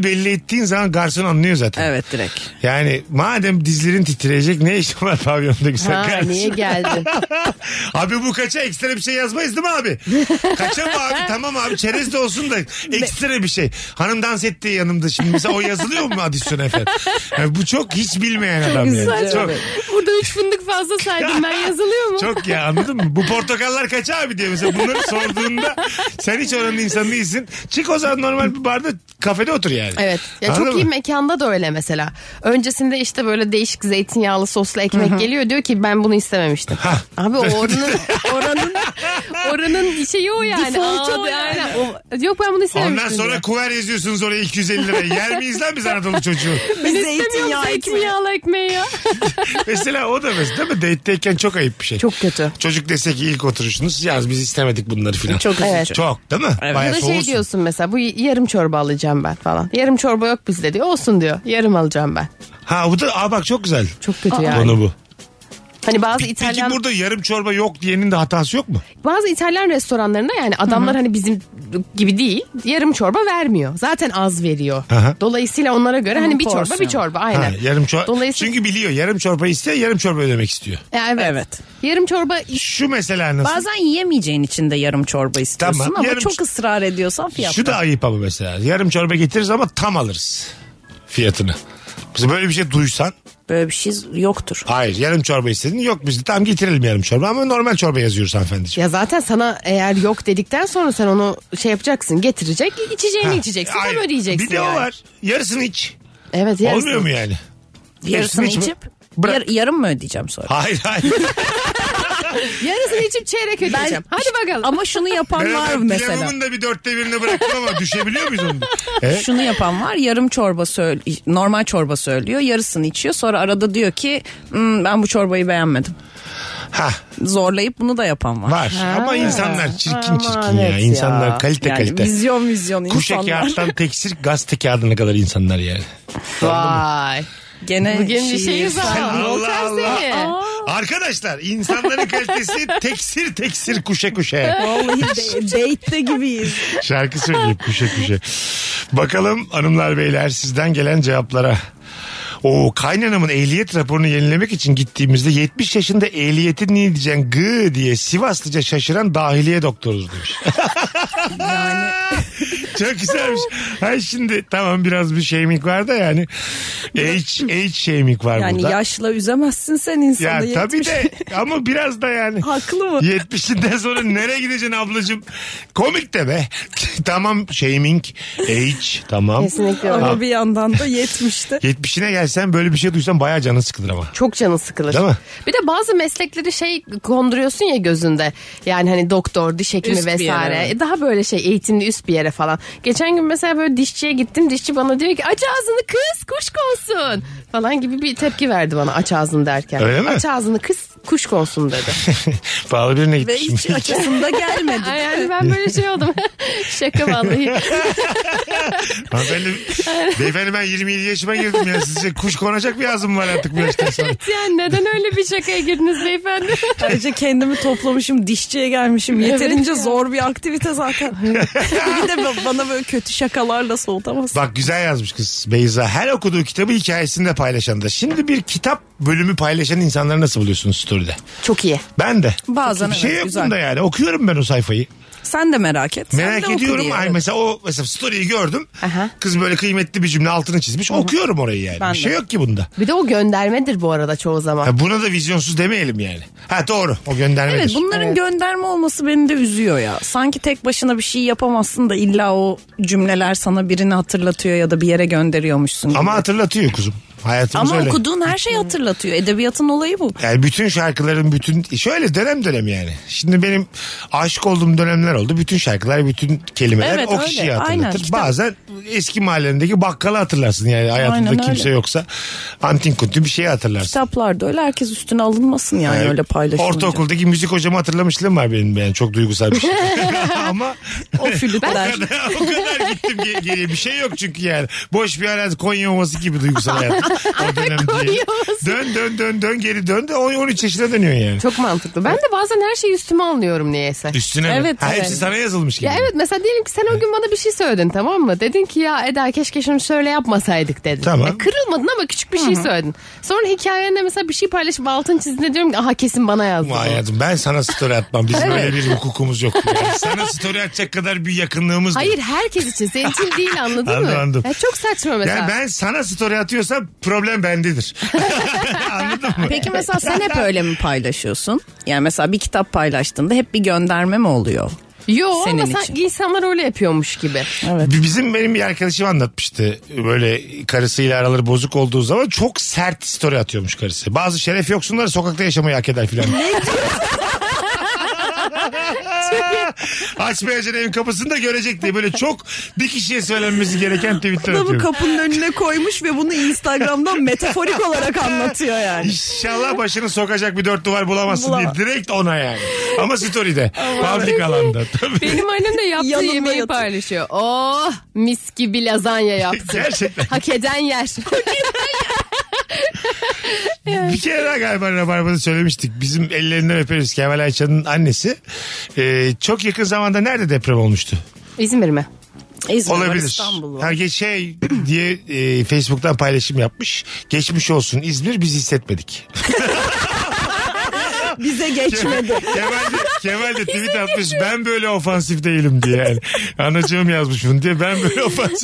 olduğunu belli ettiğin zaman garson anlıyor zaten. Evet, direkt. Yani madem dizlerin titreyecek ne işin var pavyonda güzel Ha, kardeşim? niye geldin? Abi bu kaça ekstra bir şey yazmayız değil mi abi? Kaça mı abi? Tamam abi çerez de olsun da ekstra bir şey. Hanım dans etti yanımda şimdi. Mesela o yazılıyor mu adisyona efendim? Yani bu çok hiç bilmeyen adam yani. Güzel. Çok, Burada üç fındık fazla saydım ben, yazılıyor mu? çok ya, anladın mı? Bu portakallar kaç abi diye mesela bunları sorduğunda sen hiç oranın insanı değilsin. Çık o zaman normal bir barda kafede otur yani. Evet. Ya Anladın çok mı? iyi mekanda da öyle mesela. Öncesinde işte böyle değişik zeytinyağlı soslu ekmek geliyor, diyor ki ben bunu istememiştim. Hah. Abi o oranın oranın oranın şeyi o yani. Default'u Aa, o yani. aynen. O- yok ben bunu istememiştim. Ondan sonra diyor. kuver yazıyorsunuz oraya iki yüz elli lira. Yer miyiz lan biz Anadolu çocuğu? Ben istemiyorum Zeytinyağı zeytinyağlı ekmeği ya. Mesela o da mesela değil mi? Date'teyken çok ayıp bir şey. Çok kötü. Çocuk dese ki ilk oturuşunuz yaz biz istemedik bunları filan. Çok üzücü. Evet. Çok değil mi? Evet. Bayağı Ya da şey soğursun. diyorsun mesela, bu yarım çorba alacağım ben falan. Yarım çorba yok bizde diyor. Olsun diyor. Yarım alacağım ben. Ha bu da aa bak çok güzel. Çok kötü yani. Konu bu. Hani bazı Peki İtalyan burada yarım çorba yok diyenin de hatası yok mu? bazı İtalyan restoranlarında yani adamlar hani bizim gibi değil, yarım çorba vermiyor. Zaten az veriyor. Aha. Dolayısıyla onlara göre hani bir çorba porsiyon. bir çorba aynen. Ha, yarım çorba. Dolayısıyla Çünkü biliyor yarım çorba istiyor yarım çorba ödemek istiyor. Ya evet. Evet. Yarım çorba Şu mesela nasıl? Bazen yiyemeyeceğin için de yarım çorba istiyorsun Tamam, ama yarım- çok ısrar ediyorsan fiyatla. Şu da ayıp ama mesela. Yarım çorba getiririz ama tam alırız fiyatını. Mesela böyle bir şey duysan. Böyle bir şey yoktur. Hayır yarım çorba istedin. Yok biz de tam getirelim yarım çorba ama normal çorba yazıyoruz hanımefendiciğim. ya zaten sana eğer yok dedikten sonra sen onu şey yapacaksın, getirecek, içeceğini Ha, içeceksin, hayır. tam ödeyeceksin. Bir de o yani. var. Yarısını iç. Evet, yarısı. Olmuyor mu yani? Yarısını içme. içip Bırak. yar- yarım mı ödeyeceğim sonra? Hayır hayır. Yarısını içip çeyrek ödeyeceğim. Hadi bakalım. Ama şunu yapan Ben var efendim mesela. pilavımın da bir dörtte birini bıraktım ama düşebiliyor muyuz onu? Evet. Şunu yapan var, yarım çorba söyle, normal çorba söylüyor, yarısını içiyor, sonra arada diyor ki "Hmm, ben bu çorbayı beğenmedim." Ha Zorlayıp bunu da yapan var. var ama insanlar çirkin Aman çirkin ya. evet ya. İnsanlar kalite Yani kalite. vizyon vizyon Kuşa insanlar. kağıttan teksir gazete kağıdına kadar insanlar yani. Vay. Gene Bugün bir şiir, şeyiz var. Allah Volkan Allah. seni. Arkadaşlar insanların kalitesi teksir teksir kuşa kuşa. Vallahi de, date'te gibiyiz. Şarkı söyleyeyim kuşa kuşa. Bakalım hanımlar beyler sizden gelen cevaplara. O kaynanamın ehliyet raporunu yenilemek için gittiğimizde yetmiş yaşında ehliyetin ne diyeceksin gı diye Sivaslıca şaşıran dahiliye doktoruz demiş. Yani Çok güzelmiş. Hay şimdi tamam biraz bir shaming var da yani. Age, age shaming var yani burada. yaşla üzemezsin sen insanı. Ya tabii yetmiş. de ama biraz da yani. Haklı mı? yetmişinden sonra nereye gideceksin ablacığım? Komik de be. Tamam shaming, age tamam. Kesinlikle öyle. Ama bir yandan da yetmişte. yetmişine gelsen böyle bir şey duysan bayağı canın sıkılır ama. Çok canı sıkılır. Değil mi? Bir de bazı meslekleri şey konduruyorsun ya gözünde. Yani hani doktor, diş hekimi Üst bir vesaire. yere. E Daha böyle şey eğitimli üst bir yere falan. Geçen gün mesela böyle dişçiye gittim. Dişçi bana diyor ki aç ağzını kız kuş konsun falan gibi bir tepki verdi bana aç ağzını derken. Öyle mi? Aç ağzını kız kuş konsun dedi. Pahalı birine Ve gitmişim. hiç açısında gelmedi. Ay, yani ben böyle şey oldum. Şaka vallahi. Hanımefendi, beyefendi ben yirmi yedi yaşıma girdim ya. Sizce kuş konacak bir ağzım var artık bu yaştan sonra. Yani neden öyle bir şakaya girdiniz beyefendi? Ayrıca kendimi toplamışım, dişçiye gelmişim. Yeterince Evet ya. zor bir aktivite zaten. Bir de bana böyle kötü şakalarla soğutamazsın. Bak güzel yazmış kız Beyza. Her okuduğu kitabı hikayesini de paylaşan da. Şimdi bir kitap bölümü paylaşan insanları nasıl buluyorsunuz story'de? Çok iyi. Ben de. Bazen bir şey evet, yok güzel. bunda yani. Okuyorum ben o sayfayı. Sen de merak et. Sen Merak de oku ediyorum. diye, Ay evet. mesela o mesela story'yi gördüm. Aha. Kız böyle kıymetli bir cümle altını çizmiş. Okuyorum orayı yani. Ben bir şey de. yok ki bunda. Bir de o göndermedir bu arada çoğu zaman. Ha, buna da vizyonsuz demeyelim yani. Ha doğru. O göndermedir. Evet, bunların Evet. gönderme olması beni de üzüyor ya. Sanki tek başına bir şey yapamazsın da illa o cümleler sana birini hatırlatıyor ya da bir yere gönderiyormuşsun gibi. Ama hatırlatıyor kuzum. Hayatımız Ama öyle. okuduğun her şeyi hatırlatıyor. Edebiyatın olayı bu. Yani bütün şarkıların bütün şöyle dönem dönem yani. Şimdi benim aşık olduğum dönemler oldu. Bütün şarkılar, bütün kelimeler Evet, o öyle. kişiyi hatırlatır. Aynen, kitap. Bazen eski mahallendeki bakkalı hatırlarsın yani hayatında Aynen kimse öyle. yoksa antin kuntin bir şeyi hatırlarsın. Kitaplarda öyle, herkes üstüne alınmasın yani Yani öyle paylaşılınca. Ortaokuldaki müzik hocamı hatırlamışlığım var benim yani çok duygusal bir şey. Ama O flütler. o kadar gittim ge- geriye bir şey yok çünkü yani. Boş bir arazi Konya Ovası gibi duygusal hayat. o dönem diye. Dön dön dön dön geri dön de on üç yaşına dönüyor yani. Çok mantıklı. Ben de bazen her şeyi üstüme alınıyorum niyeyse. Üstüne mi? Evet, Ha, evet. hepsi sana yazılmış gibi. Ya evet, mesela diyelim ki sen o gün bana bir şey söyledin, tamam mı? Dedin ki ya Eda keşke şunu şöyle yapmasaydık dedin. Tamam. Ya kırılmadın ama küçük bir şey söyledin. Sonra hikayende mesela bir şey paylaşıp altını çizdiğinde diyorum ki aha kesin bana yazdı. Ama hayatım ben sana story atmam. Bizim öyle bir hukukumuz yok. Yani sana story atacak kadar bir yakınlığımız Hayır, yok. herkes için. Senin için değil, anladın Anladım, mı? anladım. Ya çok saçma mesela. Yani ben sana story atıyorsam problem bendedir. Anladın mı? Peki mesela sen hep öyle mi paylaşıyorsun? Yani mesela bir kitap paylaştığında hep bir gönderme mi oluyor? Yo, Senin ama için. sanki insanlar öyle yapıyormuş gibi. Bizim benim bir arkadaşım anlatmıştı. Böyle karısıyla araları bozuk olduğu zaman çok sert story atıyormuş karısı. Bazı şeref yoksunlar sokakta yaşamayı hak eder filan. Açmayacaksın evin kapısını da görecek diye böyle çok bir kişiye söylenmesi gereken tweetler Adamı atıyor. kapının önüne koymuş ve bunu Instagram'dan metaforik olarak anlatıyor yani. İnşallah başını sokacak bir dört duvar bulamazsın Bulamam. diye direkt ona yani. Ama story'de. Public alanda. Tabii. Benim annem de yaptığı Yanında yemeği yatıyor. paylaşıyor. Oh, mis gibi lazanya yaptı. Gerçekten. Hak eden yer. Bir kere daha galiba Rabarba'da söylemiştik. Bizim ellerinden öperiz Kemal Ayça'nın annesi. Ee, çok yakın zamanda nerede deprem olmuştu? İzmir mi? İzmir var, Olabilir. İstanbul var. Ha, ge- şey diye e, Facebook'tan paylaşım yapmış. Geçmiş olsun İzmir, biz hissetmedik. Bize geçmedi. Kemal de, Kemal de tweet atmış. Ben böyle ofansif değilim diye yani. Anacığım yazmış bunu diye. Ben böyle ofansif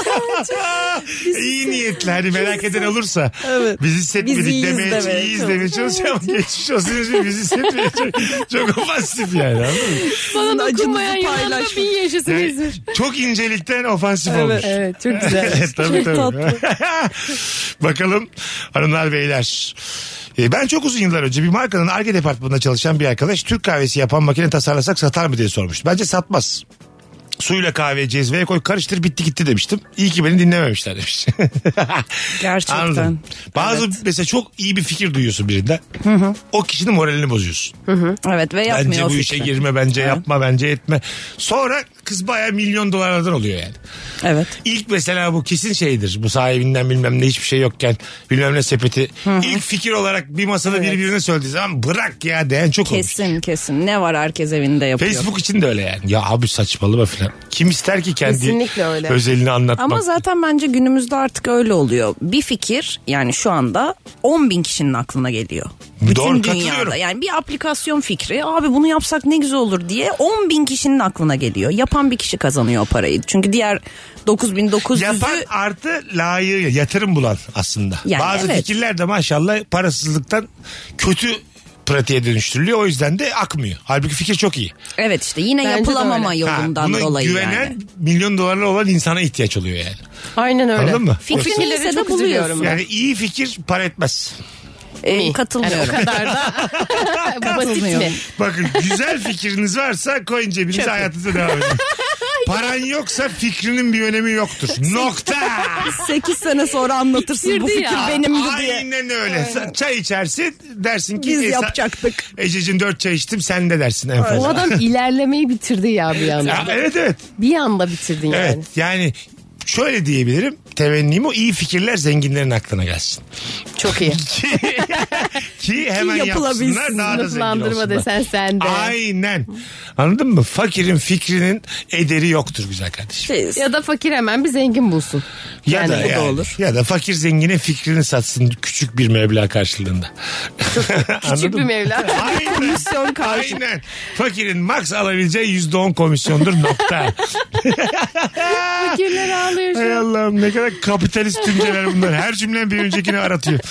değilim. İyi niyetli. Hani merak eden olursa. Evet. Biz hissetmedik Biz iyiyiz demeye, demeye iyiyiz çok- demeye çalışıyor ama geçmiş olsun İzmir, biz hissetmiyor. Çok, çok ofansif yani. Anladın mı? Bana acınızı dokunmayan yılanda paylaşmış. bin yaşasın Yani İzmir. çok incelikten ofansif olmuş. Evet, çok güzel. Evet, tabii, Çok tabii. Bakalım hanımlar beyler. Ee, Ben çok uzun yıllar önce bir markanın Ar-Ge departmanında çalışan bir arkadaş Türk kahvesi yapan makine tasarlasak satar mı diye sormuştu. Bence satmaz. Suyla kahveye cezveye koy karıştır bitti gitti demiştim. İyi ki beni dinlememişler demiş. Gerçekten. Anladım. Bazı Evet. mesela çok iyi bir fikir duyuyorsun birinden. O kişinin moralini bozuyorsun. Evet ve yapmıyor Bence o bu işe fikri. girme, bence yapma, bence etme. Sonra kız bayağı milyon dolarlardan oluyor yani. Evet. İlk mesela bu kesin şeydir. Bu sahibinden bilmem ne hiçbir şey yokken bilmem ne sepeti. İlk fikir olarak bir masada biri birine söylediği zaman bırak ya diyen çok olmuş. Kesin kesin. Ne var herkes evinde yapıyor. Facebook için de öyle yani. Ya abi saçmalama falan. Kim ister ki kendi Kesinlikle öyle. özelini anlatmak? Ama zaten bence günümüzde artık öyle oluyor. Bir fikir yani şu anda on bin kişinin aklına geliyor. Bütün Doğru, katılıyorum. dünyada. Yani bir aplikasyon fikri abi bunu yapsak ne güzel olur diye on bin kişinin aklına geliyor. Yapan bir kişi kazanıyor o parayı. Çünkü diğer dokuz bin dokuz yüzü Yapan artı layığı yatırım bulan aslında. Yani Bazı evet. fikirler de maşallah parasızlıktan kötü pratiğe dönüştürülüyor. O yüzden de akmıyor. Halbuki fikir çok iyi. evet işte yine Bence de yapılamama öyle. yolundan Ha, buna dolayı güvenen yani. milyon dolarlı olan insana ihtiyaç oluyor yani. Aynen öyle. Anladın mı? Fikrin Fikirleri iyiyse çok de buluyorsun. üzülüyorum. Yani iyi fikir para etmez. Ee, Yani katılmıyorum. o kadar da basit mi? Bakın güzel fikriniz varsa koyun cebinize Çöpe. hayatınıza devam edin. Paran yoksa fikrinin bir önemi yoktur. Nokta. sekiz sene sonra anlatırsın bu Bitirdi fikir ya. benimdi diye. Aynen öyle. Sen çay içersin dersin ki Biz "Esa- yapacaktık." Ececiğim dört çay içtim sen de dersin en O fazla. adam ilerlemeyi bitirdi ya bir anda. Ya, evet evet. Bir anda bitirdin yani. Evet yani şöyle diyebilirim. Temennim o iyi fikirler zenginlerin aklına gelsin. Çok iyi. Ki hemen yapılabilsin. yapsınlar daha da zengin Sınıflandırma olsunlar. desen sen de. Aynen. Anladın mı? Fakirin fikrinin ederi yoktur güzel kardeşim. Şey, Ya da fakir hemen bir zengin bulsun. Ya Yani da o da yani, olur. Ya da fakir zengine fikrini satsın küçük bir meblağ karşılığında. Küçük bir meblağ. Aynen. Komisyon karşı. Aynen. Fakirin max alabileceği yüzde on komisyondur nokta. Fakirler ağlıyor şu Hay an. Allah'ım ne kadar kapitalist cümleler bunlar. Her cümlen bir öncekini aratıyor.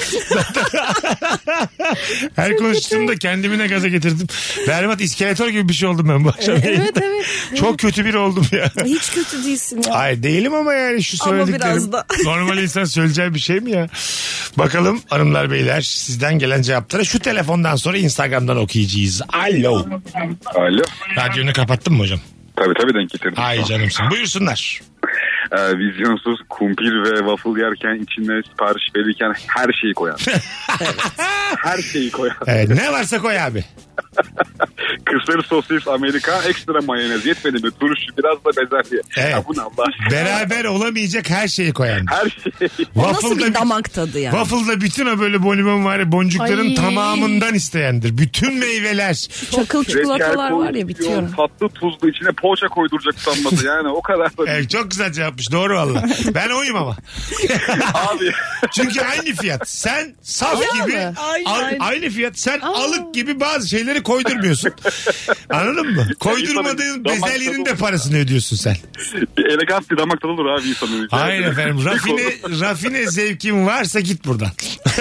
Her konuştuğumda kendimi ne gaza getirdim. Berbat iskeletor gibi bir şey oldum ben bu akşam. Evet yayında. evet. Çok kötü biri oldum ya. hiç kötü değilsin ya. Hayır değilim ama yani şu Ama söylediklerim biraz da. normal insan söyleyeceği bir şey mi ya? Bakalım hanımlar beyler sizden gelen cevapları şu telefondan sonra Instagram'dan okuyacağız. Alo. Alo. Radyonu kapattın mı hocam? Tabii tabii denk getirdim. Ay canımsın. Buyursunlar. Ee, vizyonsuz kumpir ve waffle yerken içine sipariş verirken her şeyi koyan. Her şeyi koyan. Evet, ne varsa koy abi. Kısır sosis, Amerikan, ekstra mayonez. Yetmedi mi? Turşu, biraz da bezelye. Evet. Ya bu ne Allah aşkına? Beraber olamayacak her şeyi koyan. Her şey. Nasıl bir damak tadı yani? Waffle'da bütün o böyle bonibon var ya boncukların Ay. tamamından isteyendir. Bütün meyveler. Çakıl çikolatalar var ya koyuyor, bitiyorum. Tatlı tuzlu içine poğaça koyduracak sanması yani o kadar da Evet, çok güzel cevapmış. Doğru valla. Ben oyum ama. abi. Çünkü aynı fiyat. Sen saf Ayağı gibi mı? Aynı, al- aynı. aynı fiyat. Sen alık gibi bazı şeyleri koydurmuyorsun. Anladın mı? Koydurmadığın Damak bezelyenin tadı de parasını ödüyorsun sen. Bir elegant bir damak tadı olur abi insanın. Hayır efendim. Rafine, rafine zevkin varsa git buradan.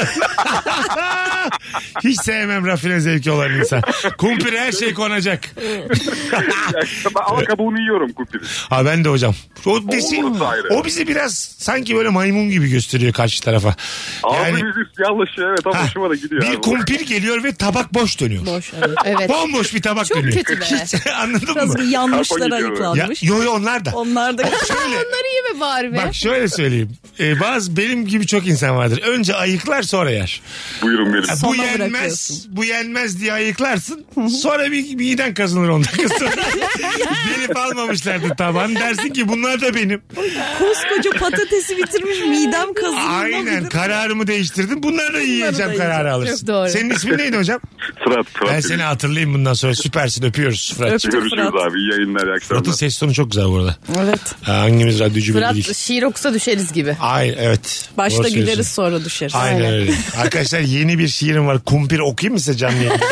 Hiç sevmem rafine zevki olan insan. Kumpir her şey konacak. Ama kabuğunu yiyorum kumpiri. Ha ben de hocam. O bizi, orası ayrı. o bizi biraz sanki böyle maymun gibi gösteriyor karşı tarafa. Ağzı Yani yüzü siyahlaşıyor evet ama ha, hoşuma da gidiyor. bir abi. kumpir geliyor ve tabak boş dönüyor. Boş evet. Evet. Bomboş bir tabak Çok dönüyor. kötü be. Hiç- Anladın Biraz mı? bir yanlışlar Karbon gidiyor. Ya, ayıklanmış. yo yo onlar da. Onlar da Şöyle Onları yeme bari be. bak şöyle söyleyeyim. Ee, bazı benim gibi çok insan vardır. Önce ayıklar sonra yer. Buyurun benim. Ha, bu Sona yenmez, bırakıyorsun. bu yenmez diye ayıklarsın. Sonra bir miden kazanır on dakika sonra. Gelip almamışlardır tabağını. Dersin ki bunlar da benim. koskoca patatesi bitirmiş midem kazınıyor. Aynen kararımı değiştirdim. Bunları da yiyeceğim da kararı yiyeceğim. alırsın. Çok doğru. Senin ismin neydi hocam? Fırat, Fırat. Ben seni hatırlayayım bundan sonra. Süpersin öpüyoruz Fırat. Öptük Görüşürüz Fırat. abi. İyi yayınlar, iyi akşamlar. Fırat'ın ses tonu çok güzel bu arada. Evet. Ha, hangimiz radyocu belli Fırat değil. şiir okusa düşeriz gibi. Ay evet. Başta Doğru söylüyorsun. güleriz sonra düşeriz. Aynen öyle. Arkadaşlar yeni bir şiirim var. Kumpir okuyayım mı size canlı yayında?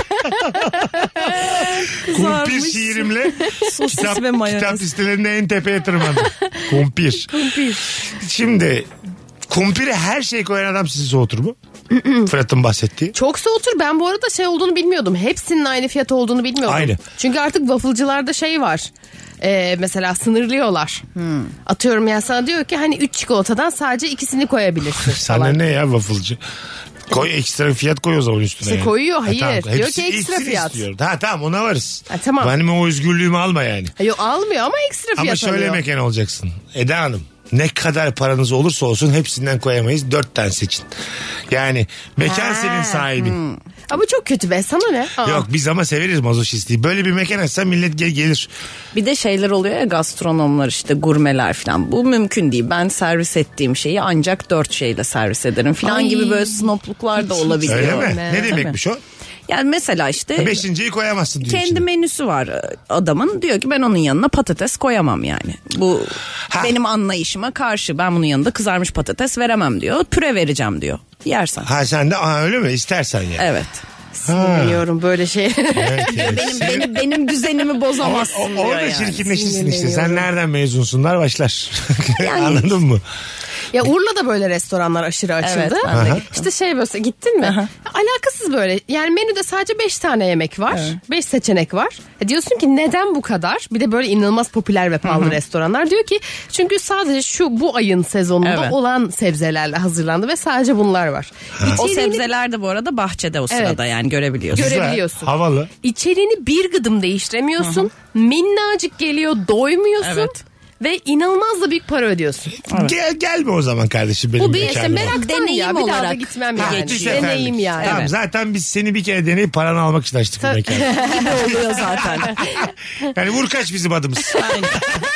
Kumpir Kızarmış. şiirimle Sosis kitap, ve mayonez. kitap listelerinde en tepeye tırmandım. Kumpir. Kumpir. Şimdi kumpire her şey koyan adam sizi soğutur mu? Fırat'ın bahsettiği. Çok soğutur. Ben bu arada şey olduğunu bilmiyordum. Hepsinin aynı fiyat olduğunu bilmiyordum. Aynı. Çünkü artık waffle'cılarda şey var. Ee, mesela sınırlıyorlar. Atıyorum ya sana diyor ki hani üç çikolatadan sadece ikisini koyabilirsin. Sana falan. ne ya waffle'cı? Koy ekstra fiyat koy o zaman üstüne. İşte yani. koyuyor, hayır. tamam. Diyor Hepsi- ki ekstra hepsini fiyat. istiyor. Ha tamam ona varız. Ha, tamam. Benim o özgürlüğümü alma yani. Ha, Yok almıyor ama ekstra fiyat Ama şöyle alıyor. mekan olacaksın. Eda Hanım ne kadar paranız olursa olsun hepsinden koyamayız. Dört tane seçin. Yani mekan Ha, senin sahibin. Ama çok kötü be, sana ne? Aa. Yok biz ama severiz mazoşistliği. Böyle bir mekan açsan millet gel gelir. Bir de şeyler oluyor ya, gastronomlar işte, gurmeler falan. Bu mümkün değil. Ben servis ettiğim şeyi ancak dört şeyle servis ederim falan Ay. gibi böyle snobluklar da olabiliyor. Öyle mi? Öyle. Ne demekmiş o? Yani mesela işte Beşinciyi koyamazsın diyor kendi şimdi. menüsü var adamın. Diyor ki ben onun yanına patates koyamam yani. Bu Ha. benim anlayışıma karşı. Ben bunun yanında kızarmış patates veremem diyor. Püre vereceğim diyor. Yersen. Ha sen de aha, öyle mi? İstersen yani. Evet. Bilmiyorum böyle şey. Evet, evet. Benim benim benim düzenimi Ama bozamazsın o- diyor orada yani. çirkinleşirsin işte. Sen Sinirleniyorum. nereden mezunsunlar başlar. Anladın mı? Ya Urla'da böyle restoranlar aşırı açıldı. Evet, ben de Aha. gittim. İşte şey böyle gittin mi? Aha. Alakasız böyle. Yani menüde sadece beş tane yemek var. Beş seçenek var. E diyorsun ki neden bu kadar? Bir de böyle inanılmaz popüler ve pahalı restoranlar. Diyor ki çünkü sadece şu bu ayın sezonunda Evet. olan sebzelerle hazırlandı ve sadece bunlar var. O İçeriğini- sebzeler de bu arada bahçede o sırada Evet. yani görebiliyorsun. Göre- Güzel, Görebiliyorsun. havalı. İçeriğini bir gıdım değiştiremiyorsun. Minnacık geliyor, doymuyorsun. Evet. Ve inanılmaz da büyük para ödüyorsun. Gel gelme o zaman kardeşim benim Bu bir işte mekanıma. meraktan Deneyim ya. Bir daha da olarak gitmem Ha, yani. bir geçiyor. seferlik. Deneyim yani. Tamam Evet. zaten biz seni bir kere deneyip paranı almak için açtık bu mekanı. Gibi oluyor zaten. Yani vur kaç bizim adımız. Aynen.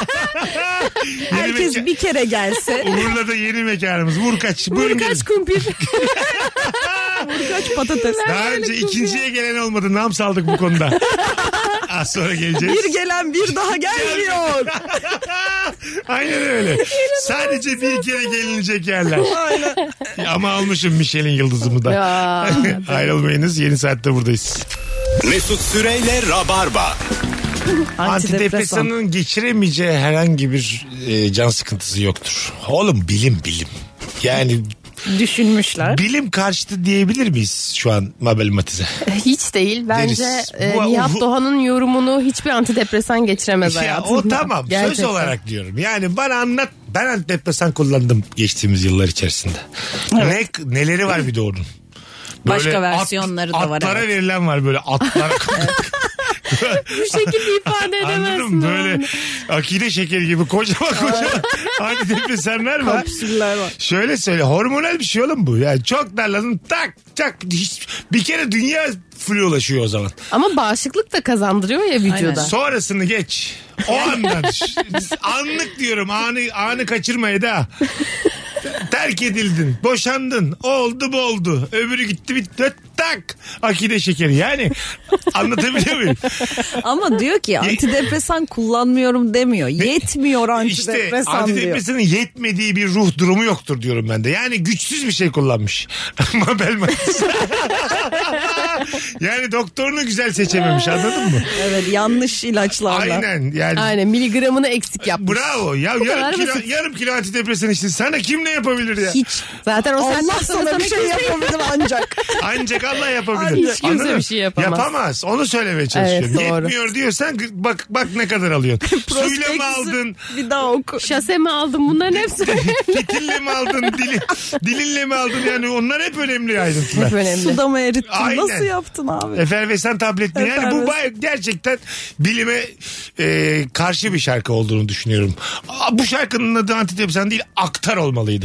Yeni Herkes mekan- bir kere gelse. Urla'da yeni mekanımız. Vur kaç. Buyurun gelin. Kaç kumpir. Kaç patates. Daha önce ikinciye gelen olmadı. Nam saldık bu konuda. Az sonra geleceğiz. Bir gelen bir daha gelmiyor. Aynen öyle. Sadece bir kere gelinecek yerler. Aynen. Ama almışım Michelin yıldızımı da. Ya. Ayrılmayınız. Yeni saatte buradayız. Mesut Süreyle Rabarba. Antidepresan. Antidepresanın geçiremeyeceği herhangi bir e, can sıkıntısı yoktur. Oğlum bilim bilim. Yani Düşünmüşler. bilim karşıtı diyebilir miyiz şu an Mabel Matiz'e? Hiç değil. Bence Deriz. e, Bu- Nihat bu- Doğan'ın yorumunu hiçbir antidepresan geçiremez Ya, hayatında. o tamam söz Gerçekten. olarak diyorum. Yani bana anlat. Ben antidepresan kullandım geçtiğimiz yıllar içerisinde. Ne, neleri var bir de onun. Başka versiyonları da var, Atlara evet. verilen var böyle atlara. Bu şekilde ifade Anladın edemezsin. mı? Böyle akide şekeri gibi kocaman kocaman antidepresanlar var. Kapsüller var. Şöyle söyle, hormonal bir şey oğlum bu. Yani çok darladın tak tak hiç, bir kere dünya flu ulaşıyor o zaman. Ama bağışıklık da kazandırıyor ya vücuda. Aynen. Sonrasını geç. O andan anlık diyorum, anı anı kaçırma Eda. Terk edildin, boşandın, oldu bu oldu, öbürü gitti bitti, tak akide şekeri. Yani anlatabiliyor muyum? Ama diyor ki antidepresan kullanmıyorum demiyor. Yetmiyor antidepresan İşte antidepresanın diyor. yetmediği bir ruh durumu yoktur diyorum ben de. Yani güçsüz bir şey kullanmış. Mabel Matiz. Yani doktorunu güzel seçememiş, anladın mı? Evet, yanlış ilaçlarla. Aynen yani. Aynen, miligramını eksik yapmış. Bravo ya, Bu kadar yarım kilo, basit. yarım kilo antidepresan işte sana kim ne yapabilir ya? Hiç. Zaten o Allah saatten sonra sana bir şey kimse- yapabilir ancak. Ancak Allah yapabilir. Hiç kimse Anladın mı? bir şey yapamaz. Yapamaz. Onu söylemeye çalışıyorum. Evet, doğru. Yetmiyor diyorsan bak bak ne kadar alıyorsun. Suyla mı Prospektüsü aldın? Bir daha oku. Şase mi aldım, bunların hepsi önemli. Fitinle mi aldın? Dili, dilinle mi aldın? Yani onlar hep önemli ayrıntılar. Hep önemli. Suda mı erittin? Aynen. Nasıl yaptın abi? Efervesan tablet mi? Yani bu Efervesan. baya- gerçekten bilime e, karşı bir şarkı olduğunu düşünüyorum. Aa, bu şarkının adı antidepresan değil, aktar olmalıydı.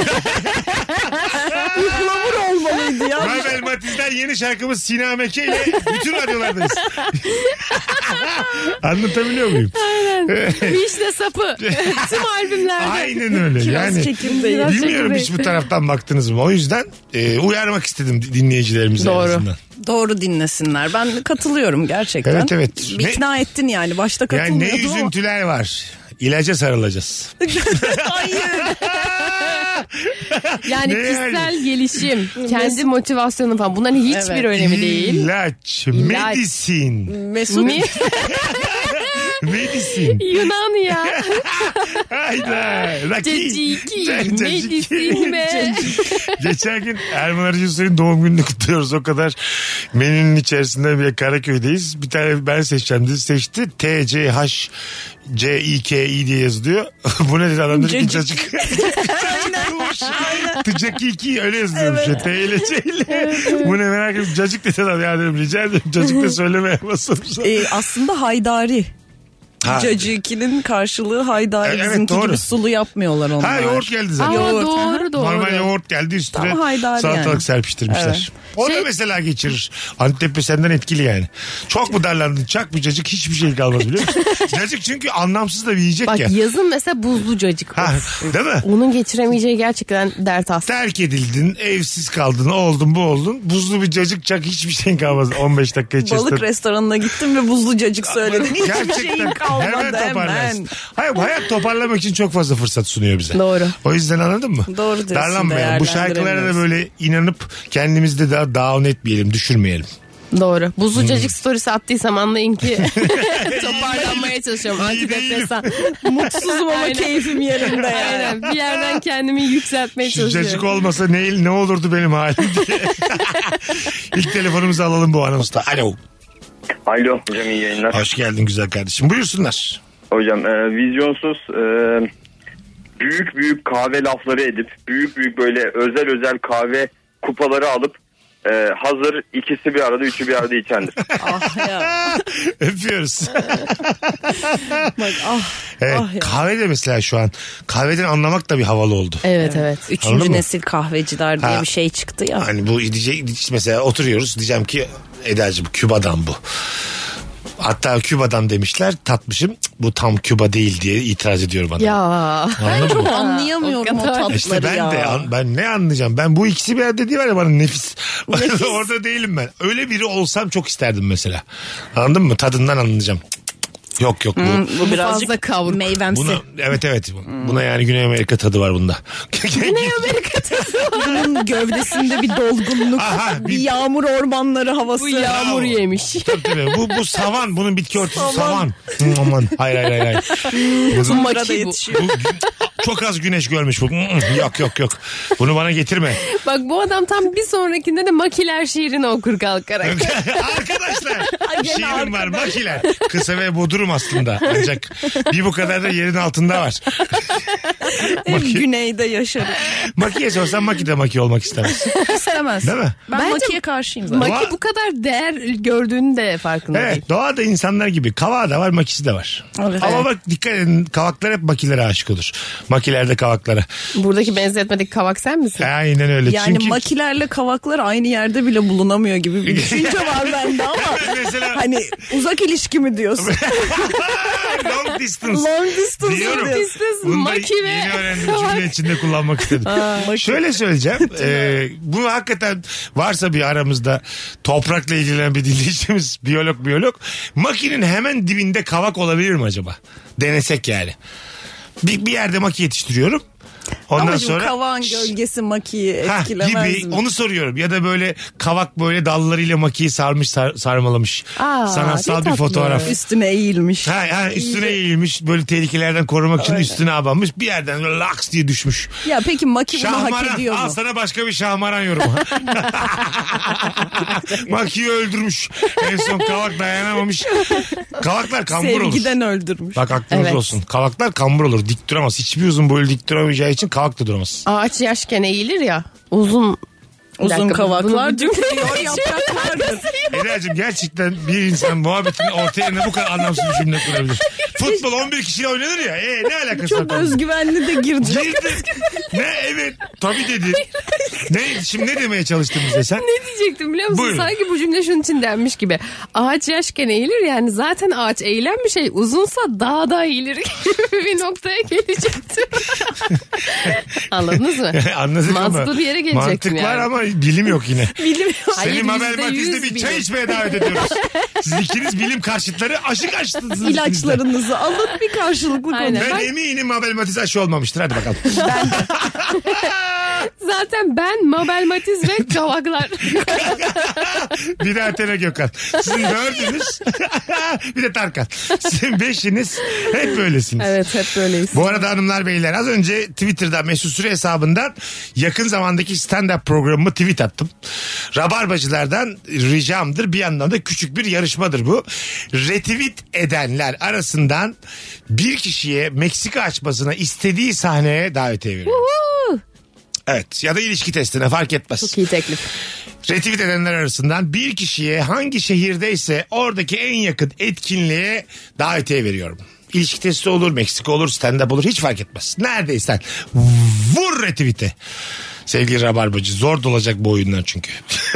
Ihlamur olmalıydı ya. Mabel Matiz'den yeni şarkımız Sinameke ile bütün radyolardayız. Anlatabiliyor muyum? Vişne sapı. Tüm albümlerde. Aynen öyle. Yani çekimdeyim. Biraz bilmiyorum hiç bu çekimdeyim. taraftan baktınız mı? O yüzden e, uyarmak istedim dinleyicilerimize. en Doğru. azından. Doğru dinlesinler. Ben katılıyorum gerçekten. Evet, evet. Bir Ne- ikna ettin yani. Başta Yani ne katılmıyordum ama. üzüntüler var. İlaca sarılacağız. Hayır. Yani Ne kişisel yani? gelişim, kendi motivasyonu falan, bunların hiçbir Evet. önemi değil. İlaç, medisin. Mesut. Mi? Medisin. Yunan ya. Hayda. Raki. Ceciki. Ceciki. Medisin be. Geçen gün Erman Arıcı Usta'nın doğum gününü kutluyoruz. O kadar menünün içerisinde bir Karaköy'deyiz. Bir tane ben seçeceğim dedi. Seçti. T C H C I K I diye yazılıyor. Bu ne dedi adam, dedi ki Cacık. cacık. Tıcakiki öyle yazılıyormuş. Evet. T ile C ile. Bu ne merak ettim. Cacık dedi adam ya, dedim rica ederim. Cacık da söylemeye basılmış. Ee, aslında haydari. Ha. Cacıkinin karşılığı haydari. Evet, Bizimki doğru. gibi sulu yapmıyorlar onlar. Ha, yoğurt geldi zaten. Aa, Yoğurt. doğru doğru. Normal yoğurt geldi, üstüne Tam haydari salatalık yani. serpiştirmişler. Evet. O da Şey- mesela geçirir. Antidepresandan etkili yani. Çok mu darlandın? Çak bir cacık, hiçbir şey kalmaz biliyor musun? Cacık çünkü anlamsız da bir yiyecek Bak ya. yazın mesela buzlu cacık. Ha, değil mi? Onun geçiremeyeceği gerçekten dert aslında. Terk edildin, evsiz kaldın, o oldun bu oldun. Buzlu bir cacık çak, hiçbir şeyin kalmaz on beş dakika içerisinde. Balık restoranına gittim ve buzlu cacık söyledim. Hiçbir şeyim Gerçekten kalmadı hemen hemen. toparlarsın. Hayır, bu hayat toparlamak için çok fazla fırsat sunuyor bize. Doğru. O yüzden anladın mı? Doğru diyorsun, Darlanmayalım. Bu şarkılara da değerlendiremiyoruz. böyle inanıp kendimizi de daha down etmeyelim, düşürmeyelim. Doğru. Buzlu Hmm. cacık storiesi attıysam anlayın ki toparlanmaya çalışıyorum. İyi Antidepresan. Mutsuzum ama Aynen. keyfim yerinde yani. Aynen. Bir yerden kendimi yükseltmeye Şu cacık çalışıyorum. olmasa ne, ne olurdu benim halim diye. İlk telefonumuzu alalım bu anonsta. Alo. Alo hocam, iyi yayınlar. Hoş geldin güzel kardeşim. Buyursunlar. Hocam e, vizyonsuz e, büyük büyük kahve lafları edip büyük büyük böyle özel özel kahve kupaları alıp e, hazır ikisi bir arada üçü bir arada içendir. Ah ya. Öpüyoruz. Bak ah. Evet, ah ya. kahve de mesela şu an. Kahveden anlamak da bir havalı oldu. Evet evet. Anladın Üçüncü mı? nesil kahveciler diye Ha. bir şey çıktı ya. Hani bu diyecek, mesela oturuyoruz, diyeceğim ki Eda'cığım Küba'dan bu. Hatta Küba'dan demişler, tatmışım. Cık, bu tam Küba değil diye itiraz ediyorum bana. Ya. Anladın mı? Anlayamıyorum o, O kadar. tatları İşte ben ya. de an- ben ne anlayacağım? Ben bu ikisi bir yerde değil var ya, bana nefis. Orada değilim ben. Öyle biri olsam çok isterdim mesela. Anladın mı? Tadından anlayacağım. Cık, cık, cık. Yok yok bu. Bu Fazla birazcık kavruk. meyvemsi. Buna, evet evet. Buna yani Güney Amerika tadı var bunda. Güney Amerika Bunun gövdesinde bir dolgunluk, Aha, bir... bir- yağmur ormanları havası. Bu yağmur Bravo. yemiş. bu, bu savan. Bunun bitki örtüsü savan. Hı, aman. Hayır hayır hayır. hayır. Bu- Tundra da Maki bu. yetişiyor. bu- çok az güneş görmüş bu. Hı, hı. Yok yok yok. Bunu bana getirme. Bak bu adam tam bir sonrakinde de Makiler şiirini okur kalkarak. Arkadaşlar şiirim var Makiler. Kısa ve bodrum aslında. Ancak bir bu kadar da yerin altında var. Hep Maki, güneyde yaşarım. Makiye sorsan Maki de Maki olmak istemez. İstemez. Değil mi? Ben Bence Maki'ye karşıyım zaten. Maki Doğa- bu kadar değer gördüğünü de farkında değil. Evet doğada insanlar gibi kavağı da var makisi de var. Evet. Ama bak dikkat edin kavaklar hep makilere aşık olur. Makiler de kavaklara. Buradaki benzetmedeki kavak sen misin? Aynen öyle. Yani Çünkü makilerle kavaklar aynı yerde bile bulunamıyor gibi bir düşünce var bende ama mesela hani uzak ilişki mi diyorsun? long distance. Long distance Diyorum. diyorsun. Distance, Bunu da maki ve yeni öğrendim kavak. cümle içinde kullanmak istedim. Şöyle söyleyeceğim. e, bunu hakikaten varsa bir aramızda toprakla ilgilenen bir dinleyicimiz biyolog biyolog. Makinin hemen dibinde kavak olabilir mi acaba? Denesek yani. Bir, bir yerde maki yetiştiriyorum. Ondan Ama sonra şu kavağın gölgesi makiyi Ha, etkilemez gibi mi? onu soruyorum ya da böyle kavak böyle dallarıyla makiyi sarmış sar- sarmalamış. Aa, Sanatsal ne bir tatlı. fotoğraf. Üstüne eğilmiş. Ha, ha, üstüne eğilmiş böyle tehlikelerden korumak için üstüne abanmış bir yerden böyle laks diye düşmüş. Ya peki maki bunu hak Şahmaran ediyor al mu? sana başka bir şahmaran yorumu. Makiyi öldürmüş. En son kavak dayanamamış. Kavaklar kambur olur. Sevgiden öldürmüş. Bak aklınız Evet. olsun. Kavaklar kambur olur. Dik duramaz. Hiçbir uzun boylu dik duramayacağı için kavak da duramaz. Ağaç yaşken eğilir ya uzun Bir Uzun dakika, kavaklar bunu- dökülüyor yapraklardır. Eda'cığım gerçekten bir insan muhabbetin ortaya ne bu kadar anlamsız bir cümle kurabilir. Futbol on bir kişiyle oynanır ya. E, ne alakası var? Çok özgüvenli de girdi. Girdi. Ne evet tabii dedi. Ne şimdi ne demeye çalıştın bize sen? Ne diyecektim biliyor musun? Buyurun. Sanki bu cümle şunun için denmiş gibi. Ağaç yaşken eğilir yani zaten ağaç eğilen bir şey. Uzunsa daha da eğilir gibi bir noktaya gelecektim. Anladınız mı? Anladık ama. Mantıklı bir yere gelecektim Mantık var yani. ama bilim yok yine. Bilim Hayır, Seni Mabel yüzde Matiz'de yüz bir bilim. çay içmeye davet ediyoruz. Siz ikiniz bilim karşıtları aşı karşıtısınız. ikiniz de. ilaçlarınızı alın bir karşılıklı Aynen. konuşun. Ben eminim Mabel Matiz aşı olmamıştır. Hadi bakalım. Zaten ben Mabel Matiz ve Kavaklar. Bir de Atena Gökhan. Sizin dördünüz. Bir de Tarkan. Sizin beşiniz hep böylesiniz. Evet hep böyleyiz. Bu arada hanımlar beyler az önce Twitter'da Mesut Süre hesabından yakın zamandaki stand-up programımı tweet attım. Rabarbacılardan ricamdır bir yandan da küçük bir yarışmadır bu. Retweet edenler arasından bir kişiye Meksika açmasına istediği sahneye davetiye veriyorum. Evet ya da ilişki testine fark etmez. Çok iyi teklif. Retweet edenler arasından bir kişiye hangi şehirdeyse oradaki en yakın etkinliğe davetiye veriyorum. İlişki testi olur, Meksika olur, stand-up olur hiç fark etmez. Neredeysen vur retweet'e. Sevgili Rabarbacı zor dolacak bu oyunlar çünkü.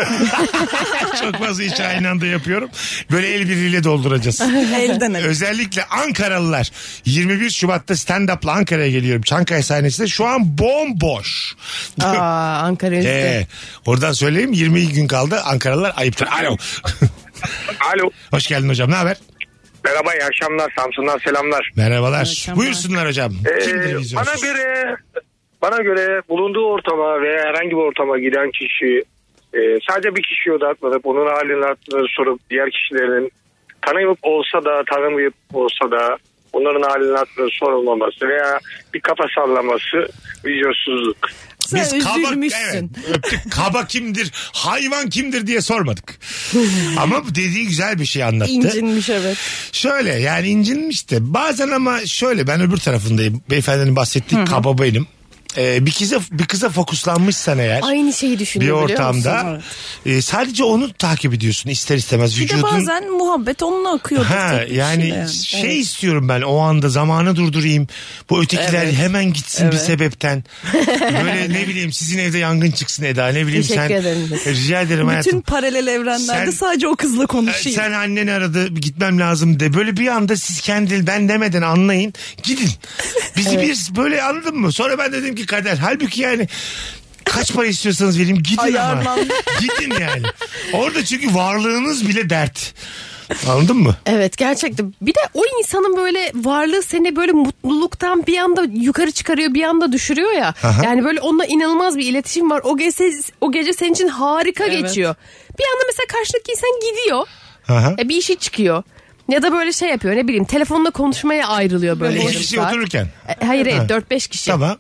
Çok fazla iş aynı anda yapıyorum. Böyle el birliğiyle dolduracağız. Elden ele. Özellikle Ankaralılar yirmi bir Şubat'ta stand-up'la Ankara'ya geliyorum. Çankaya sahnesinde şu an bomboş. Aa, Ankara Üniversitesi. Ee, oradan söyleyeyim yirmi iki gün kaldı. Ankaralılar ayıptır. Alo. Alo. Hoş geldin hocam. Ne haber? Merhaba, iyi akşamlar. Samsun'dan selamlar. Merhabalar. akşamlar. Buyursunlar hocam. Ee, Kimdir bana vizyonsuz? göre bana göre bulunduğu ortama veya herhangi bir ortama giden kişi e, sadece bir kişiye odaklanıp onun halini hatırını sorup diğer kişilerin tanıyıp olsa da tanımayıp olsa da onların halini hatırını sorulmaması veya bir kafa sallaması vizyonsuzluk. Sen Biz kaba, üzülmüşsün. evet, öptük. Kaba kimdir, hayvan kimdir diye sormadık. Ama bu dediği güzel bir şey anlattı. İncinmiş evet. Şöyle yani incinmiş de bazen ama şöyle ben öbür tarafındayım. Beyefendinin bahsettiği kaba benim. Ee, bir kıza bir kıza fokuslanmışsan eğer Aynı şeyi bir düşünüyor biliyor ortamda musun? e, sadece onu takip ediyorsun ister istemez Bir vücudun. de bazen muhabbet onunla akıyordur. Ha tek bir yani kişiyle yani. şey Evet. istiyorum ben o anda zamanı durdurayım. Bu ötekiler Evet. hemen gitsin bir Evet. sebepten. Böyle ne bileyim sizin evde yangın çıksın Eda ne bileyim Teşekkür sen. ederim. Rica ederim Bütün hayatım. paralel evrenlerde Sen- sadece o kızla konuşayım. Sen anneni aradı gitmem lazım de. Böyle bir anda siz kendi ben demeden anlayın. Gidin. Bizi bir böyle anladın mı? Sonra ben dedim ki kader. Halbuki yani kaç para istiyorsanız vereyim gidin ama. Ayarlandı. Gidin yani. Orada çünkü varlığınız bile dert. Anladın mı? Evet gerçekten. Bir de o insanın böyle varlığı seni böyle mutluluktan bir anda yukarı çıkarıyor bir anda düşürüyor ya. Aha. Yani böyle onunla inanılmaz bir iletişim var. O gece, o gece senin için harika Evet. geçiyor. Bir anda mesela karşındaki insan gidiyor. Aha. E, bir işe çıkıyor. Ya da böyle şey yapıyor ne bileyim telefonla konuşmaya ayrılıyor böyle. İki yarım kişi saat. otururken. E, hayır hayır Ha. dört beş kişi. Tamam.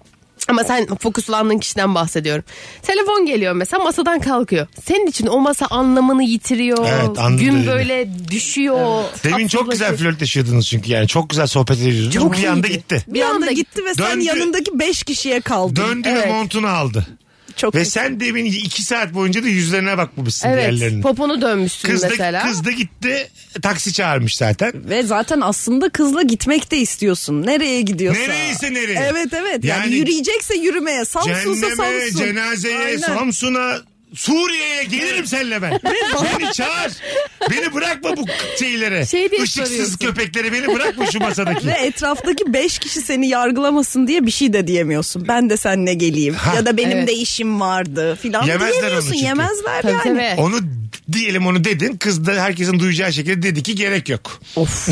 Ama sen fokuslandığın kişiden bahsediyorum. Telefon geliyor mesela, masadan kalkıyor. Senin için o masa anlamını yitiriyor. Evet, anladım Gün dediğini. böyle düşüyor. Evet. Demin çok güzel flörtleşiyordunuz çünkü yani. Çok güzel sohbet ediyordunuz. Çok bir anda iyiydi. gitti. Bir anda gitti ve sen Döndü. yanındaki beş kişiye kaldın. Döndü Evet. ve montunu aldı. Çok Ve güzel. sen demin iki saat boyunca da yüzlerine bakmamışsın Evet, diğerlerinin. poponu dönmüşsün Kız da, mesela. kız da gitti, taksi çağırmış zaten. Ve zaten aslında kızla gitmek de istiyorsun. Nereye gidiyorsa. Nereyse nereye. Evet evet. Yani, Yani yürüyecekse yürümeye. Samsun'sa Cehenneme, Samsun. cenazeye, Aynen. Samsun'a, Suriye'ye gelirim seninle ben. Beni çağır. Beni bırakma bu şeylere. Şey diye Işıksız soruyorsun. köpekleri beni bırakma şu masadaki. Ve etraftaki beş kişi seni yargılamasın diye bir şey de diyemiyorsun. Ben de seninle geleyim. Ha. Ya da benim Evet. de işim vardı filan Yemezler onu diyemiyorsun. çünkü. Yemezler Tabii, yani. tabii. Onu diyelim onu dedin. Kız da herkesin duyacağı şekilde dedi ki gerek yok. Of.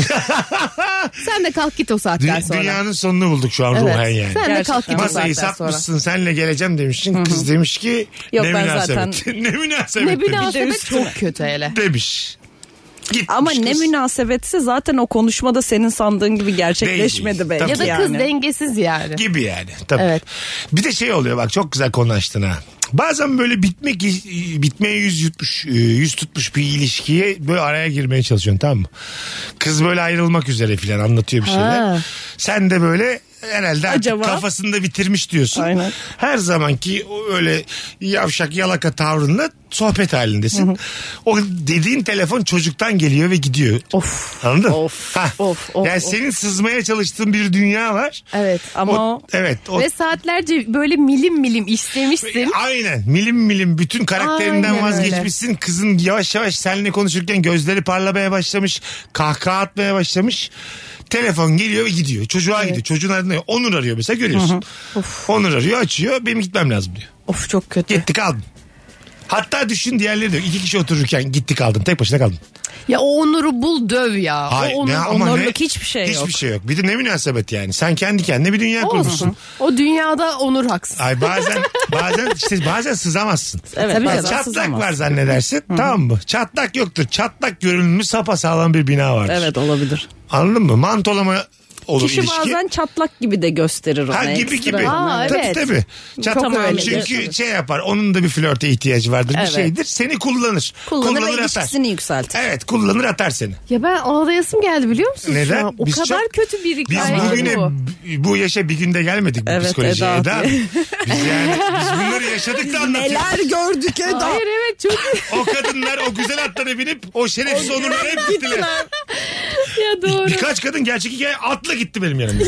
Sen de kalk git o saatten Dü- sonra. Dünyanın sonunu bulduk şu an Evet. ruhen yani. Sen de kalk git o Masayı saatten sonra. satmışsın, senle geleceğim demişsin. Kız demiş ki Yok, ne ben münasebet. zaten- ne münasebet Ne demiş. münasebet, çok kötü hele. Demiş. Gitmiş Ama ne kız. münasebetse zaten o konuşmada senin sandığın gibi gerçekleşmedi Değil. belki Tabii. Ya da yani. kız dengesiz yani. Gibi yani. Tabii. Evet. Bir de şey oluyor bak, çok güzel konu açtın ha. Bazen böyle bitmek bitmeye yüz yutmuş, yüz tutmuş bir ilişkiye böyle araya girmeye çalışıyorsun, tamam mı? Kız böyle ayrılmak üzere filan anlatıyor bir şeyler. Ha. Sen de böyle herhalde artık Acaba? kafasında bitirmiş diyorsun. Aynen. Her zamanki o öyle yavşak yalaka tavrınla sohbet halindesin. O dediğin telefon çocuktan geliyor ve gidiyor. Of. Anladın? Of, Hah. of, of, Yani of. senin sızmaya çalıştığın bir dünya var. Evet. Ama O, evet. O, Ve saatlerce böyle milim milim işlemişsin. Aynen, milim milim bütün karakterinden Aynen vazgeçmişsin. Kızın yavaş yavaş seninle konuşurken gözleri parlamaya başlamış, kahkaha atmaya başlamış. Telefon geliyor ve gidiyor. Çocuğa gidiyor. Çocuğun adını Onur arıyor mesela, görüyorsun. Onur arıyor, açıyor, benim gitmem lazım diyor. Of, çok kötü. Gitti kaldın. Hatta düşün, diğerleri diyor. İki kişi otururken gitti kaldın. Tek başına kaldın. Ya o Onur'u bul döv ya. Hayır, o Onur, ne- ama onurluk ne- hiçbir şey yok. Hiçbir şey yok. Bir de ne münasebet yani. Sen kendi kendine bir dünya kurmuşsun. olsun. O dünyada Onur haksız. Ay bazen bazen işte bazen sızamazsın. Evet, Tabii bazen canım, Çatlak sızamaz. var zannedersin. Tamam mı? Çatlak yoktur. Çatlak görünümlü sapasağlam bir bina vardır. Evet, olabilir. Anladın mı? Mantolama olur Kişi ilişki. bazen çatlak gibi de gösterir onu. Ha, gibi ekstra. gibi. Aa, tabii evet. tabii. Çatlak Çok öyle. çünkü Evet. şey yapar. Onun da bir flörte ihtiyacı vardır. Evet. Bir şeydir. Seni kullanır. Kullanır ve atar. ilişkisini yükseltir. Evet, kullanır atar seni. Ya ben ağlayasım geldi biliyor musunuz? Neden? Şu an? O Biz kadar çok- kötü bir Biz hikaye bugüne bu. bu yaşa bir günde gelmedik bu Evet, psikolojiye. Eda Eda. diye. Biz yani biz bunları yaşadık da anlatıyoruz. Neler gördük Eda. Hayır evet çok O kadınlar o güzel atlara binip o şerefsiz onurlara hep gittiler. ya doğru. Birkaç kadın gerçek hikaye atla gitti benim yanımda.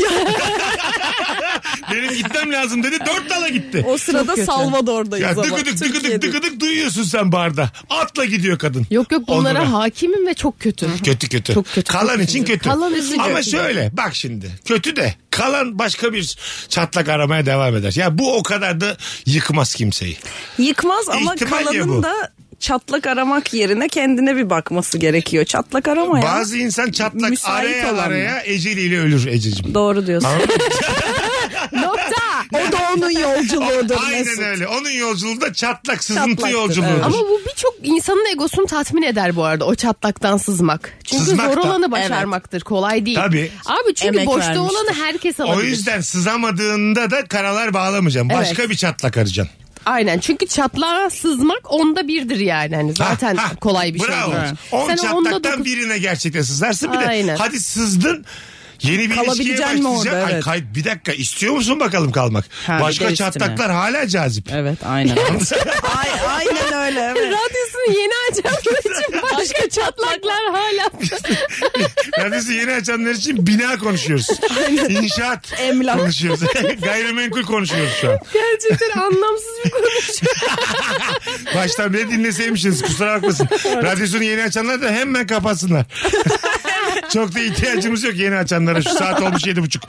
Benim gitmem lazım dedi, dört dala gitti. O sırada kötü. Salvador'dayız Ya ama. dıkıdık dıkıdık Türkiye'de. dıkıdık duyuyorsun sen barda. Atla gidiyor kadın. Yok yok bunlara Onur'a. hakimim ve çok kötü. Kötü kötü. Çok kötü, Kalan çok için üzücü. kötü. Kalan üzücü. Ama şöyle bak şimdi. Kötü de kalan başka bir çatlak aramaya devam eder. Ya bu o kadar da yıkmaz kimseyi. Yıkmaz ama İhtimal ya bu. kalanın da çatlak aramak yerine kendine bir bakması gerekiyor. Çatlak arama ya. Bazı insan çatlak Müsait araya olan araya eceliyle ölür Ececiğim. Doğru diyorsun. Anladın mı? Nokta. O da onun yolculuğudur Aynen Mesut. öyle. Onun yolculuğu da çatlak sızıntı Çatlaktır, yolculuğudur. evet. Ama bu birçok insanın egosunu tatmin eder bu arada o çatlaktan sızmak. Çünkü Sızmak zor da. olanı başarmaktır. Kolay değil. Tabii. Abi çünkü Emek boşta vermiştir. olanı herkes alabilir. O yüzden sızamadığında da karalar bağlamayacaksın. Başka Evet. bir çatlak arayacaksın. Aynen çünkü çatlağa sızmak onda birdir yani. Hani zaten Ha, ha. kolay bir Bravo. şey değil. On Sen onda çatlaktan dokuz- birine gerçekten sızarsın. Bir Aynen. de hadi sızdın. Yeni bir ilişkiye Kalabileceksin mi orada? başlayacaksın. Ay, Evet. kay- bir dakika, istiyor musun bakalım kalmak? Ha, bir Başka de üstüne. çatlaklar hala cazip. Evet aynen. Ay, aynen öyle. Evet. Radyosunu yeni açanlar için başka çatlaklar hala. Neredeyse yeni açanlar için bina konuşuyoruz. İnşaat Emlak. konuşuyoruz. Gayrimenkul konuşuyoruz şu an. Gerçekten anlamsız bir konuşma. Baştan beri dinleseymişsiniz, kusura bakmasın. Radyosunu yeni açanlar da hemen kapatsınlar. Çok da ihtiyacımız yok yeni açanlara. Şu saat olmuş yedi buçuk.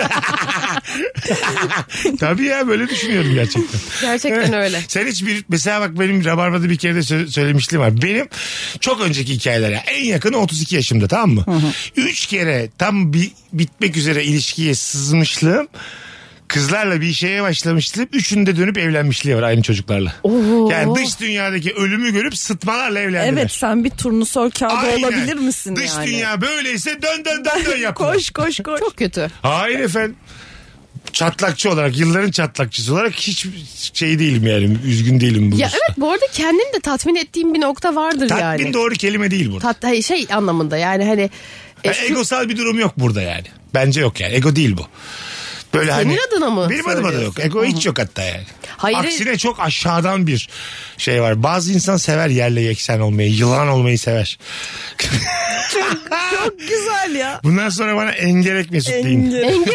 Tabii ya, böyle düşünüyorum gerçekten. Gerçekten öyle. Sen hiç bir mesela bak, benim Rabarba'da bir kere de sö- söylemişliğim var. Benim çok önceki hikayelere en yakını otuz iki yaşımda, tamam mı? Üç kere tam bir bitmek üzere ilişkiye sızmışlığım. Kızlarla bir şeye başlamıştım. Üçünde dönüp evlenmişliği var aynı çocuklarla. Oo. Yani dış dünyadaki ölümü görüp sıtmalarla evlendiler. Evet, sen bir turnusol kağıdı Aynen. olabilir misin Dış yani? dünya böyleyse dön dön dön dön yapın. Koş koş koş. Çok kötü. Hayır efendim. çatlakçı olarak, yılların çatlakçısı olarak hiç şey değilim yani. Üzgün değilim bu. Ya evet, bu arada kendini de tatmin ettiğim bir nokta vardır tatmin yani. Tatmin doğru kelime değil burada. Tat, şey anlamında yani hani. Yani şu... Egosal bir durum yok burada yani. Bence yok yani. Ego değil bu. Böyle Senin hani, adına mı? Benim adıma da yok. Ego hiç yok hatta yani. Hayır. Aksine çok aşağıdan bir şey var. Bazı insan sever yerle yeksen olmayı. Yılan olmayı sever. çok, çok güzel ya. Bundan sonra bana engerek Mesut deyin.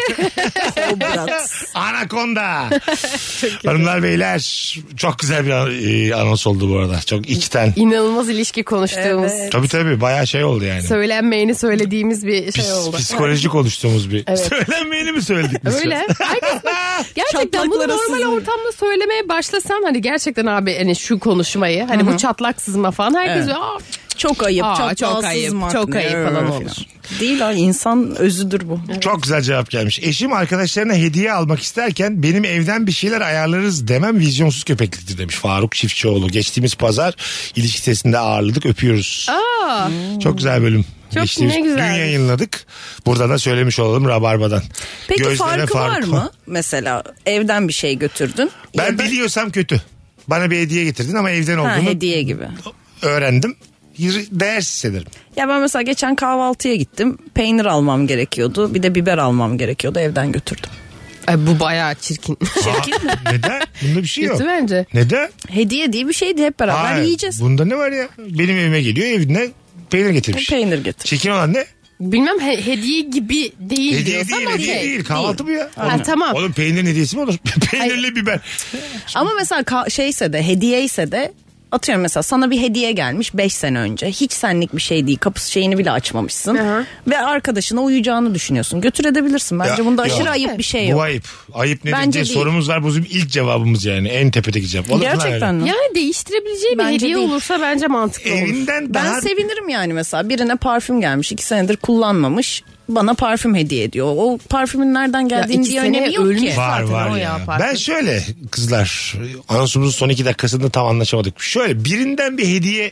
Engerek. Anakonda. Hanımlar beyler, çok güzel bir e, anons oldu bu arada. Çok içten. İnanılmaz ilişki konuştuğumuz. Evet. Tabii tabii bayağı şey oldu yani. Söylenmeyeni söylediğimiz bir şey Pis, oldu. Psikoloji konuştuğumuz bir. Evet. Söylenmeyeni mi söyledik biz? Öyle. Herkes, gerçekten bunu normal sizin. ortamda söylemeye başlasam hani gerçekten abi hani şu konuşmayı hani Hı-hı. bu çatlak sızma falan herkes evet. Aa, çok ayıp, Aa, çok, çok ayıp, sızmak, çok ayıp falan olur. Değil ha, insan özüdür bu. Evet. Çok güzel cevap gelmiş. Eşim arkadaşlarına hediye almak isterken benim evden bir şeyler ayarlarız demem vizyonsuz köpekliktir demiş Faruk Çiftçioğlu. Geçtiğimiz pazar ilişki testinde ağırladık, öpüyoruz. Aa. Çok güzel bölüm. Çok Geçtiğimiz ne güzel. gün yayınladık. Burada da söylemiş olalım Rabarba'dan. Peki Gözleme farkı, farkı var mı? Mesela evden bir şey götürdün. Ben da... biliyorsam kötü. Bana bir hediye getirdin ama evden olduğunu ha, hediye gibi öğrendim. Değersiz hissederim. Ya ben mesela geçen kahvaltıya gittim. Peynir almam gerekiyordu. Bir de biber almam gerekiyordu. Evden götürdüm. Ay, bu bayağı çirkin. Çirkin mi? Neden? Bunda bir şey yok. Kötü bence. Neden? Hediye diye bir şeydi, hep beraber Hayır, yiyeceğiz. Bunda ne var ya? Benim evime geliyor, evinden peynir getirmiş. Peynir getir. Çirkin olan ne? Bilmem he, hediye gibi değil hediye diyorsan değil, okey. hediye değil. Kahvaltı bu ya. Ha, Oğlum, tamam. Oğlum peynirin hediyesi mi olur? Peynirli biber. Ama mesela ka- şeyse de, hediyeyse de, atıyorum mesela sana bir hediye gelmiş beş sene önce. Hiç senlik bir şey değil. Kapısı şeyini bile açmamışsın. Hı-hı. Ve arkadaşına uyacağını düşünüyorsun. Götür edebilirsin. Bence ya, bunda aşırı yok. Ayıp bir şey yok. Bu ayıp. Ayıp nedir diye sorumuz var. Bu bizim ilk cevabımız yani. En tepedeki cevap. Olur gerçekten mi? Yani değiştirebileceği bir hediye değil. Olursa bence mantıklı olur. Evinden ben daha... sevinirim yani mesela. Birine parfüm gelmiş. iki senedir kullanmamış. Bana parfüm hediye ediyor. O parfümün nereden geldiğini diye önemi yok ki. Var var ya. ya ben şöyle kızlar, anonsumuzun son iki dakikasında tam anlaşamadık. Şöyle birinden bir hediye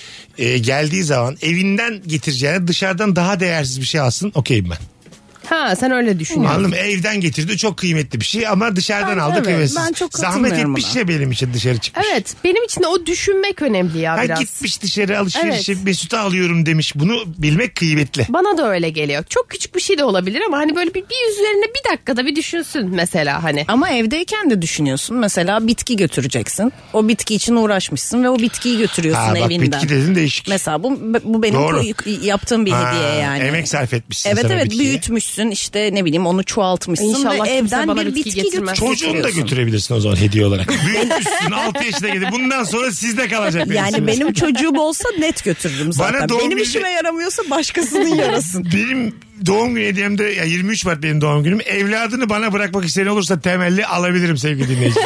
e, geldiği zaman evinden getireceğine dışarıdan daha değersiz bir şey alsın, okeyim ben. Ha, sen öyle düşünüyorsun. Anladım, evden getirdi, çok kıymetli bir şey ama dışarıdan ha, aldık, evet. Ben çok zahmet etmiş şey benim için, dışarı çıkmış. Evet, benim için de o düşünmek önemli ya ha, biraz. Gitmiş dışarı alışverişe, evet. Mesut'u alıyorum demiş, bunu bilmek kıymetli. Bana da öyle geliyor. Çok küçük bir şey de olabilir ama hani böyle bir, bir üzerine bir dakikada bir düşünsün mesela hani. Ama evdeyken de düşünüyorsun. Mesela bitki götüreceksin. O bitki için uğraşmışsın ve o bitkiyi götürüyorsun ha, bak, evinden. Bitki dedin değişik. Mesela bu bu benim Doğru. yaptığım bir ha, hediye yani. Emek sarf etmişsin. Evet evet bitkiye. Büyütmüşsün işte, ne bileyim onu çoğaltmışsın İnşallah ve evden bir bitki, bitki götürüyorsun. Çocuğunu da götürebilirsin o zaman hediye olarak. Büyütmüşsün, altı yaşına geldi. Bundan sonra sizde kalacak. Yani benim, benim çocuğum olsa net götürürüm zaten. Benim günü... işime yaramıyorsa başkasının yarasın. Benim doğum günü hediyemde, ya yirmi üç Mart benim doğum günüm. Evladını bana bırakmak isteyen olursa temelli alabilirim sevgili dinleyiciler.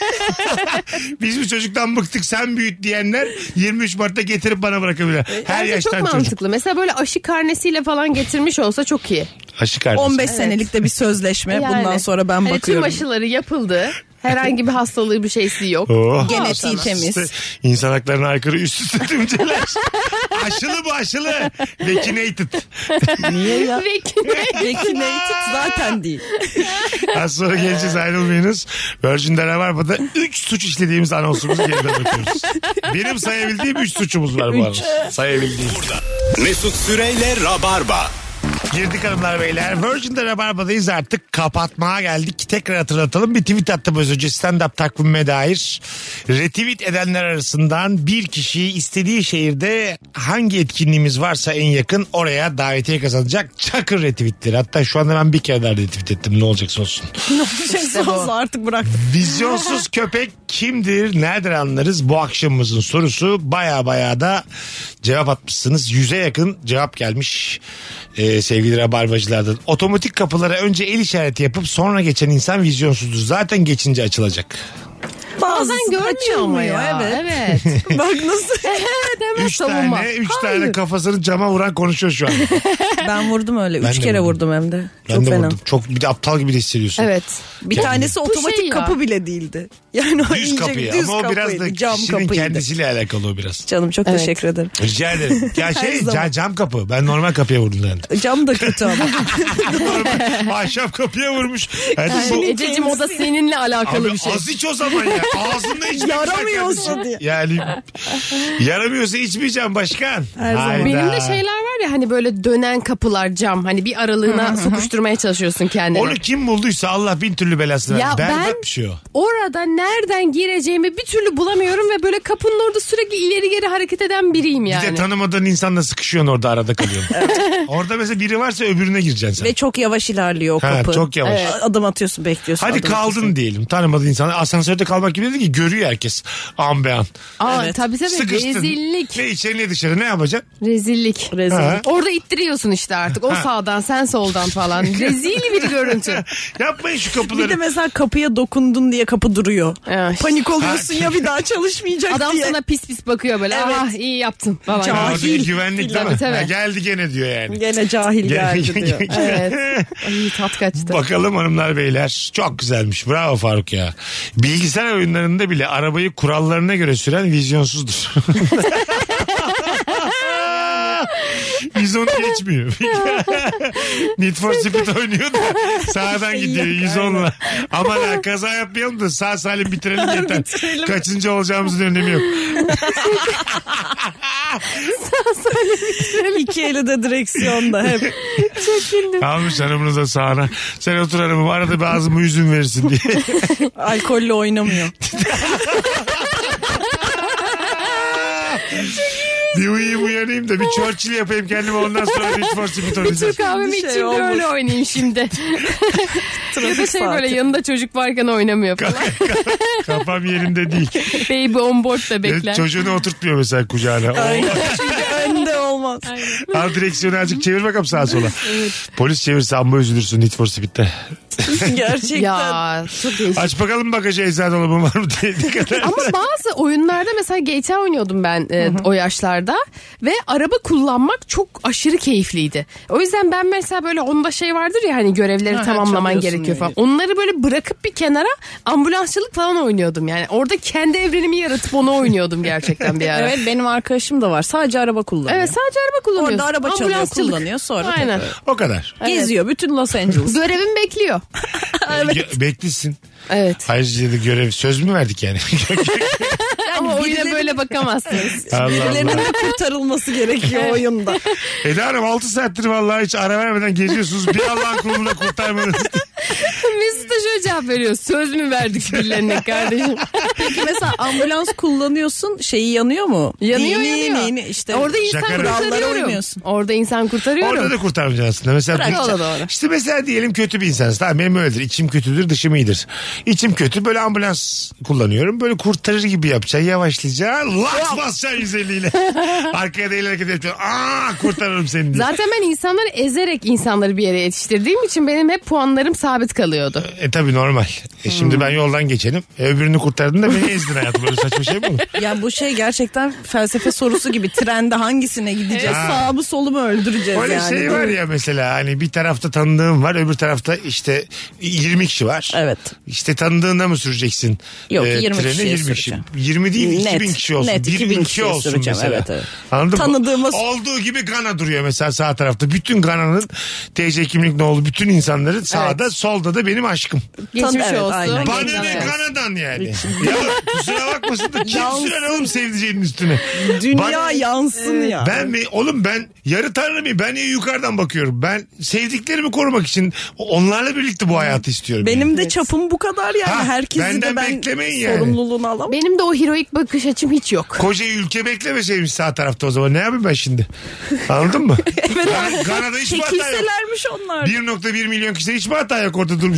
Biz bu çocuktan bıktık, sen büyüt diyenler yirmi üç Mart'ta getirip bana bırakabilir. Her Bence yaştan çok çocuk. mantıklı. Mesela böyle aşı karnesiyle falan getirmiş olsa çok iyi. Aşı karnesi. on beş evet. senelik de bir sözleşme. Yani, bundan sonra ben hani bakıyorum. Tüm aşıları yapıldı. Herhangi bir hastalığı, bir şeysi yok. Oh. Genetiği temiz. İşte insan haklarına aykırı üst üste tümceler. Aşılı bu, aşılı. Vaccinated. Niye ya? Vaccinated zaten değil. Az sonra geleceğiz, ayrılmayınız. Virgin'de Rabarba'da üç suç işlediğimiz anonsumuzu geride bırakıyoruz. Benim sayabildiğim üç suçumuz var bu arada. Sayabildiğim. Burada Mesut Süreyle Rabarba. Girdik hanımlar beyler. Virgin'de Rabarba'dayız, artık kapatmaya geldik. Tekrar hatırlatalım. Bir tweet attım az önce stand-up takvimime dair. Retweet edenler arasından bir kişi istediği şehirde hangi etkinliğimiz varsa en yakın oraya davetiye kazanacak. Çakır retweetleri. Hatta şu anda ben bir kere daha retweet ettim. Ne olacaksa olsun. Ne olacaksa olsun, artık bıraktım. Vizyonsuz köpek kimdir? Nereden anlarız? Bu akşamımızın sorusu. Baya baya da cevap atmışsınız. Yüze yakın cevap gelmiş. Ee, sevgili Rabarbacılardan. Otomatik kapılara önce el işareti yapıp sonra geçen insan vizyonsuzdur. Zaten geçince açılacak. Bazen görmüyor ama ya. Evet. evet. Bak nasıl. Hemen Üç savunma. tane, üç Hayır. tane kafasını cama vuran konuşuyor şu an. Ben vurdum öyle. Ben Üç de kere vurdum. vurdum hem de. Ben Çok de fena. vurdum. Çok bir de aptal gibi de hissediyorsun. Evet. Bir Yani- tanesi otomatik şey ya. kapı bile değildi. Yani o Düz ince kapı ya. düz Ama o biraz kapıydı, da cam kişinin kapıydı. kendisiyle alakalı o biraz. Canım çok Evet. teşekkür ederim. Rica ederim. Ya şey zaman. ca- cam kapı. Ben normal kapıya vurdum yani. Cam da kötü ama. Normal ahşap kapıya vurmuş. Yani bu, Yani Ececiğim o da seninle alakalı abi bir şey. az iç o zaman ya. Ağzında içmek Yaramıyorsa diye. Yani yaramıyorsa içmeyeceğim başkan. Her zaman. Hayda. Benim de şeyler var ya hani böyle dönen kapılar cam. Hani bir aralığına sokuşturmaya çalışıyorsun kendini. Onu kim bulduysa Allah bin türlü belasını Ya versin. Berbat ben- bir şey o. Orada nereden gireceğimi bir türlü bulamıyorum ve böyle kapının orada sürekli ileri geri hareket eden biriyim yani. Bir de tanımadığın insanla sıkışıyorsun orada, arada kalıyorsun. Orada mesela biri varsa öbürüne gireceksin sen. Ve çok yavaş ilerliyor o Ha, kapı. çok yavaş. Evet. Adım atıyorsun, bekliyorsun. Hadi adım kaldın atıyorsun. diyelim. Tanımadığın insanlar. Asansörde kalmak gibi değil ki, görüyor herkes. An be an. Aa, Evet. tabii tabii Sıkıştın. rezillik. Ne içeri ne dışarı, ne yapacaksın? Rezillik. Rezil. Ha. Orada ittiriyorsun işte artık. O sağdan sen soldan falan. Rezil bir görüntü. Yapmayın şu Bir de kapıları. mesela kapıya dokundun diye kapı duruyor. Evet. Panik oluyorsun ya, bir daha çalışmayacak Adam diye. sana pis pis bakıyor böyle. Evet. Ah iyi yaptın falan. Cahil. Oradaki güvenlik değil mi? Tabii, tabii. Ha, geldi gene diyor yani. Gene cahil geldi diyor. Evet. Ay tat kaçtı. Bakalım hanımlar beyler. Çok güzelmiş. Bravo Faruk ya. Bilgisayar oyunlarında bile arabayı kurallarına göre süren vizyonsuzdur. yüz onu geçmiyor. Need for Speed oynuyor da sağdan gidiyor yüz onla. Aman ha, kaza yapmayalım da sağ salim bitirelim yeter. Kaçıncı olacağımızın önemi yok. İki eli de direksiyonda hep. Almış hanımınıza sağına. Sen otur hanımım, arada bir ağzımı yüzüm verirsin diye. Alkolle oynamıyor. Bir uyuyayım uyanayım da bir Churchill yapayım kendime, ondan sonra Need for Speed Bir oynayacağım. Türk kahvemi Bir şey içeyim de olmuş. öyle oynayayım şimdi. ya da Trafik şey böyle saati. yanında çocuk varken oynamıyor falan. Kafam yerinde değil. Baby on board da bekler. Evet, çocuğunu oturtmuyor mesela kucağına. Aynen. Çünkü önde olmaz. Al direksiyonu azıcık çevir bakalım sağa sola. Polis çevirse amma üzülürsün Need for Speed'de. Gerçekten. Ya çok değişik. Aç bakalım bagajı, eczane dolabı var mı diye dikkat et. Ama bazı oyunlarda mesela G T A oynuyordum ben e, o yaşlarda ve araba kullanmak çok aşırı keyifliydi. O yüzden ben mesela böyle onda şey vardır ya hani görevleri Ha, tamamlaman çalıyorsun gerekiyor falan. öyle. Onları böyle bırakıp bir kenara ambulansçılık falan oynuyordum yani. Orada kendi evrenimi yaratıp onu oynuyordum gerçekten bir ara. Evet, benim arkadaşım da var. Sadece araba kullanıyor. Evet, sadece araba kullanıyorsun. Orada araba çalıyor, Ambulansçılık. kullanıyor, sonra Aynen. O kadar. geziyor bütün Los Angeles. Görevim bekliyor. Ge- Beklisin. Evet. Ayrıca da görev, söz mü verdik yani? Ama oyuna birileri- böyle bakamazsınız. Allah Birilerinin Allah. de kurtarılması gerekiyor oyunda. Eda Hanım altı saattir vallahi hiç ara vermeden geziyorsunuz. Bir Allah'ın kulunu kurtarmadınız. Mesut da şöyle cevap veriyor. Söz mü verdik birilerine kardeşim? Peki mesela ambulans kullanıyorsun, şeyi yanıyor mu? Yanıyor Dini, yanıyor. nini, işte Orada insan Şaka kurallara kurtarıyorum. uymuyorsun. Orada insan kurtarıyorum. Orada da kurtarmayacaksın aslında. Mesela Bırak, bir- o da doğru. İşte mesela diyelim kötü bir insansın. Tamam, benim öyledir. İçim kötüdür, dışım iyidir. İçim kötü, böyle ambulans kullanıyorum. Böyle kurtarır gibi yapacaksın. Yavaşlayacaksın. Laks basacaksın yüz elli ile. Arkaya da el hareket yapacaksın. Aa, kurtarırım seni diye. Zaten ben insanları ezerek insanları bir yere yetiştirdiğim için benim hep puanlarım sabit kalıyordu. E tabi normal. E şimdi ben yoldan geçenim. E, öbürünü kurtardın da beni ezdin hayatım. Böyle saçma şey mi olur? Ya bu şey gerçekten felsefe sorusu gibi. Trende hangisine gideceğiz? Ha. Sağ mı solu mu öldüreceğiz Öyle yani? şey değil var mi? ya mesela, hani bir tarafta tanıdığım var, öbür tarafta işte yirmi kişi var. Evet. İşte tanıdığında mı süreceksin? Yok, yirmi treni? kişiye yirmi kişi. süreceğim. yirmi değil, Net, iki bin kişi olsun. net, bir iki bin bin kişi kişiye olsun süreceğim, mesela. evet, evet. Anladın Tanıdığımız- mı? Olduğu gibi Gana duruyor mesela sağ tarafta. Bütün Gana'nın T C kimlik ne oldu? Bütün insanların sağda, solda da benim aşkım. Geçmiş evet, olsun. aynen. Bana Geçmiş ne olsun. Gana'dan yani. Ya kusura bakmasın da kim Yansın. sürer oğlum sevdiceğinin üstüne? Dünya Bana- yansın ya. Ben mi? Oğlum ben yarı tanrı mıyım? Ben niye yukarıdan bakıyorum? Ben sevdiklerimi korumak için onlarla birlikte bu hayatı istiyorum. Benim yani. de çapım bu kadar yani. Ha, Herkesi benden de ben beklemeyin yani. sorumluluğunu alamam. Benim de o heroik bakış açım hiç yok. Koca ülke beklemeseymiş sağ tarafta o zaman. Ne yapayım ben şimdi? Anladın mı? Evet. Gan- Gana'da hiç mi hata yok? Çekilselermiş onlar. bir nokta bir milyon kişi hiç mi hata yok orada durmuş?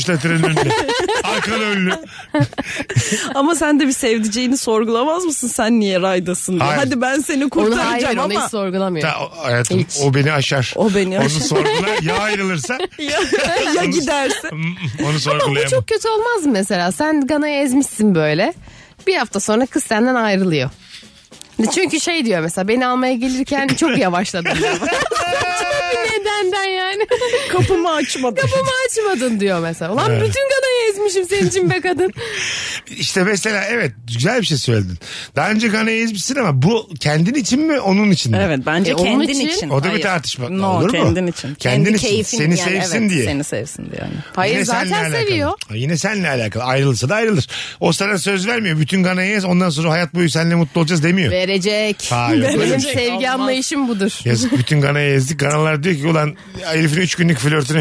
koymuşlar trenin önüne. Arkalı önlü. Ama sen de bir sevdiceğini sorgulamaz mısın? Sen niye raydasın diye. Hayır. Hadi ben seni Onu kurtaracağım hayır, onu ama. hiç sorgulamıyor. Ta, o, hayatım, Hiç. o beni aşar. O beni Onu aşar. sorgular. Ya ayrılırsa? ya, ya giderse. Onu Ama bu sorgulayamam. çok kötü olmaz mı mesela? Sen Gana'yı ezmişsin böyle. Bir hafta sonra kız senden ayrılıyor. Çünkü şey diyor mesela, beni almaya gelirken çok yavaşladın diyor. Bir nedenden yani. Kapımı açmadı. Kapımı açmadın diyor mesela. Ulan Evet. bütün Gana'yı ezmişim senin için be kadın. İşte mesela evet, güzel bir şey söyledin. Daha önce Gana'yı ezmişsin ama bu kendin için mi onun için mi? Evet bence E, onun kendin için- için. O da bir Hayır. tartışma. No, Olur mu? kendin için. Kendin Kendi için. keyfin Seni yani, sevsin evet, diye. Seni sevsin diye. Yani. Hayır Yine seninle zaten alakalı. seviyor. Ha, Yine seninle alakalı. Ayrılırsa da ayrılır. O sana söz vermiyor. Bütün Gana'yı ez, ondan sonra hayat boyu seninle mutlu olacağız demiyor. Verecek. Ha, yok, öyle Benim bir şey. sevgi Olmaz. anlayışım budur. Yazık, bütün Gana'yı ezdik. Ganalar diyor ki ulan Elif'in üç günlük flörtüne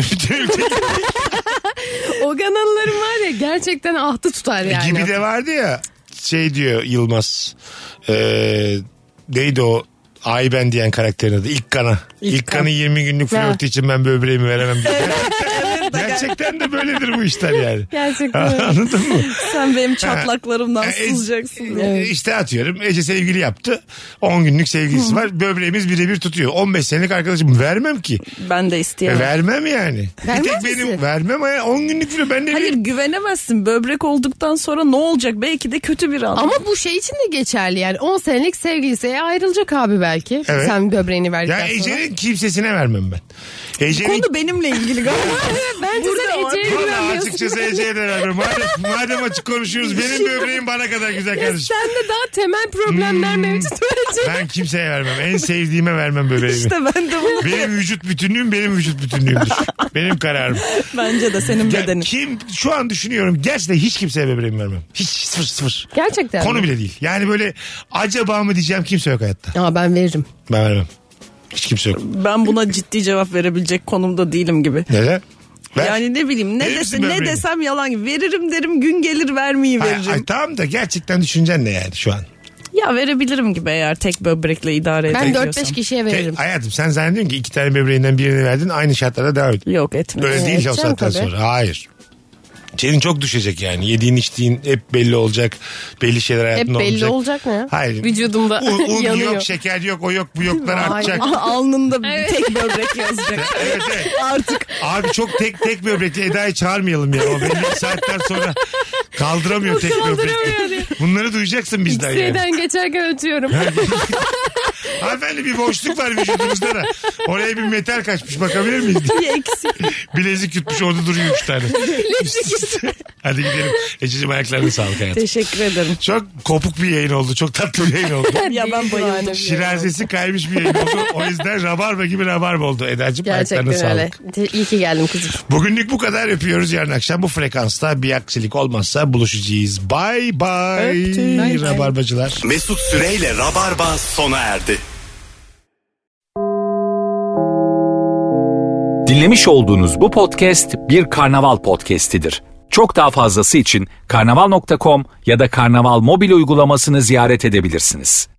O Ganalıların var ya gerçekten ahtı tutar yani. gibi de vardı ya, şey diyor Yılmaz. Ee, neydi o? Ayben diyen karakterin adı. İlk Gana. İlk, İlk Gan'ı yirmi günlük flörtü için ben böbreğimi veremem diyor. Evet, Gerçekten de böyledir bu işler yani. Gerçekten öyle. Anladın mı? Sen benim çatlaklarımdan Ha, e- sızacaksın. e, İşte atıyorum Ece sevgili yaptı. on günlük sevgilisi var. Böbreğimiz birebir tutuyor. on beş senelik arkadaşım, vermem ki. Ben de E, isteyemem. vermem yani. Vermez bir tek misin? benim vermem ya. on günlük filo ben ne Hayır, bileyim. güvenemezsin. Böbrek olduktan sonra ne olacak? Belki de kötü bir an. Ama bu şey için de geçerli yani. on senelik sevgilisi ayrılacak abi belki. Evet. Sen böbreğini Ya verdikten sonra. Ece'nin kimsesine vermem ben. Ece'nin Konu benimle ilgili galiba. Bence sen Burada var. Ece'ye Valla güvenmiyorsun. açıkçası Ece'ye de vermem. Madem, madem açık konuşuyoruz, benim böbreğim bana kadar güzel kardeşim. Sen de daha temel problemler Hmm. mevcut bence. Ben kimseye vermem. En sevdiğime vermem böbreğimi. İşte ben de bunu Benim vücut bütünlüğüm benim vücut bütünlüğümdür. Benim kararım. bence de senin Ya bedenin. kim şu an düşünüyorum, gerçekten hiç kimseye böbreğimi vermem. Hiç, sıfır sıfır. Gerçekten Konu mi? bile değil. Yani böyle acaba mı diyeceğim kimse yok hayatta. Aa, ben veririm. Ben vermem. Hiç kimse yok. Ben buna ciddi cevap verebilecek konumda değilim gibi. Neden? Ver. Yani ne bileyim ne, Verir dese, misin ne böbreğini? desem yalan gibi. Veririm derim, gün gelir vermeyi Ay, veririm. ay, tamam da gerçekten düşüncen ne yani şu an? Ya verebilirim gibi eğer tek böbrekle idare Ben edebiliyorsam. dört beş kişiye Te- veririm. hayatım sen zannediyorsun ki iki tane böbreğinden birini verdin, aynı şartlarda devam et. Yok etmez. Öyle değil o edeceğim saatten tabii. sonra. Hayır. Senin çok düşecek yani. Yediğin içtiğin hep belli olacak. Belli şeyler Hep hayatında belli olacak. olacak ne ya? Hayır. Vücudumda Un, un yanıyor. yok, şeker yok, o yok, bu yoklar artacak. Alnında bir tek böbrek yazacak. Evet, evet. Artık Abi çok tek tek böbrekli Eda'yı çağırmayalım ya. O belli bir saatten sonra kaldıramıyor tek kaldıramıyor böbrekli. Bunları duyacaksın bizden yani. X-ray'den geçerken ötüyorum. Hanımefendi bir boşluk var vücudumuzda da. Oraya bir metal kaçmış, bakabilir miyiz? bir eksik. Bilezik yutmuş, orada duruyor üç tane. Hadi gidelim. Ececiğim ayaklarına sağlık hayatım. Teşekkür ederim. Çok kopuk bir yayın oldu. Çok tatlı bir yayın oldu. Ya ben bayıldım. Şirazesi kaymış bir yayın oldu. O yüzden rabarba gibi rabarba oldu. Eda'cığım ayaklarına Gerçekten öyle. sağlık. Te- İyi ki geldim kızım. Bugünlük bu kadar, öpüyoruz. Yarın akşam bu frekansta bir aksilik olmazsa buluşacağız. Bye bye. Öptüm. Bye bye. Rabarbacılar. Mesut Süreyle Rabarba sona erdi. Dinlemiş olduğunuz bu podcast bir karnaval podcastidir. Çok daha fazlası için karnaval nokta com ya da karnaval mobil uygulamasını ziyaret edebilirsiniz.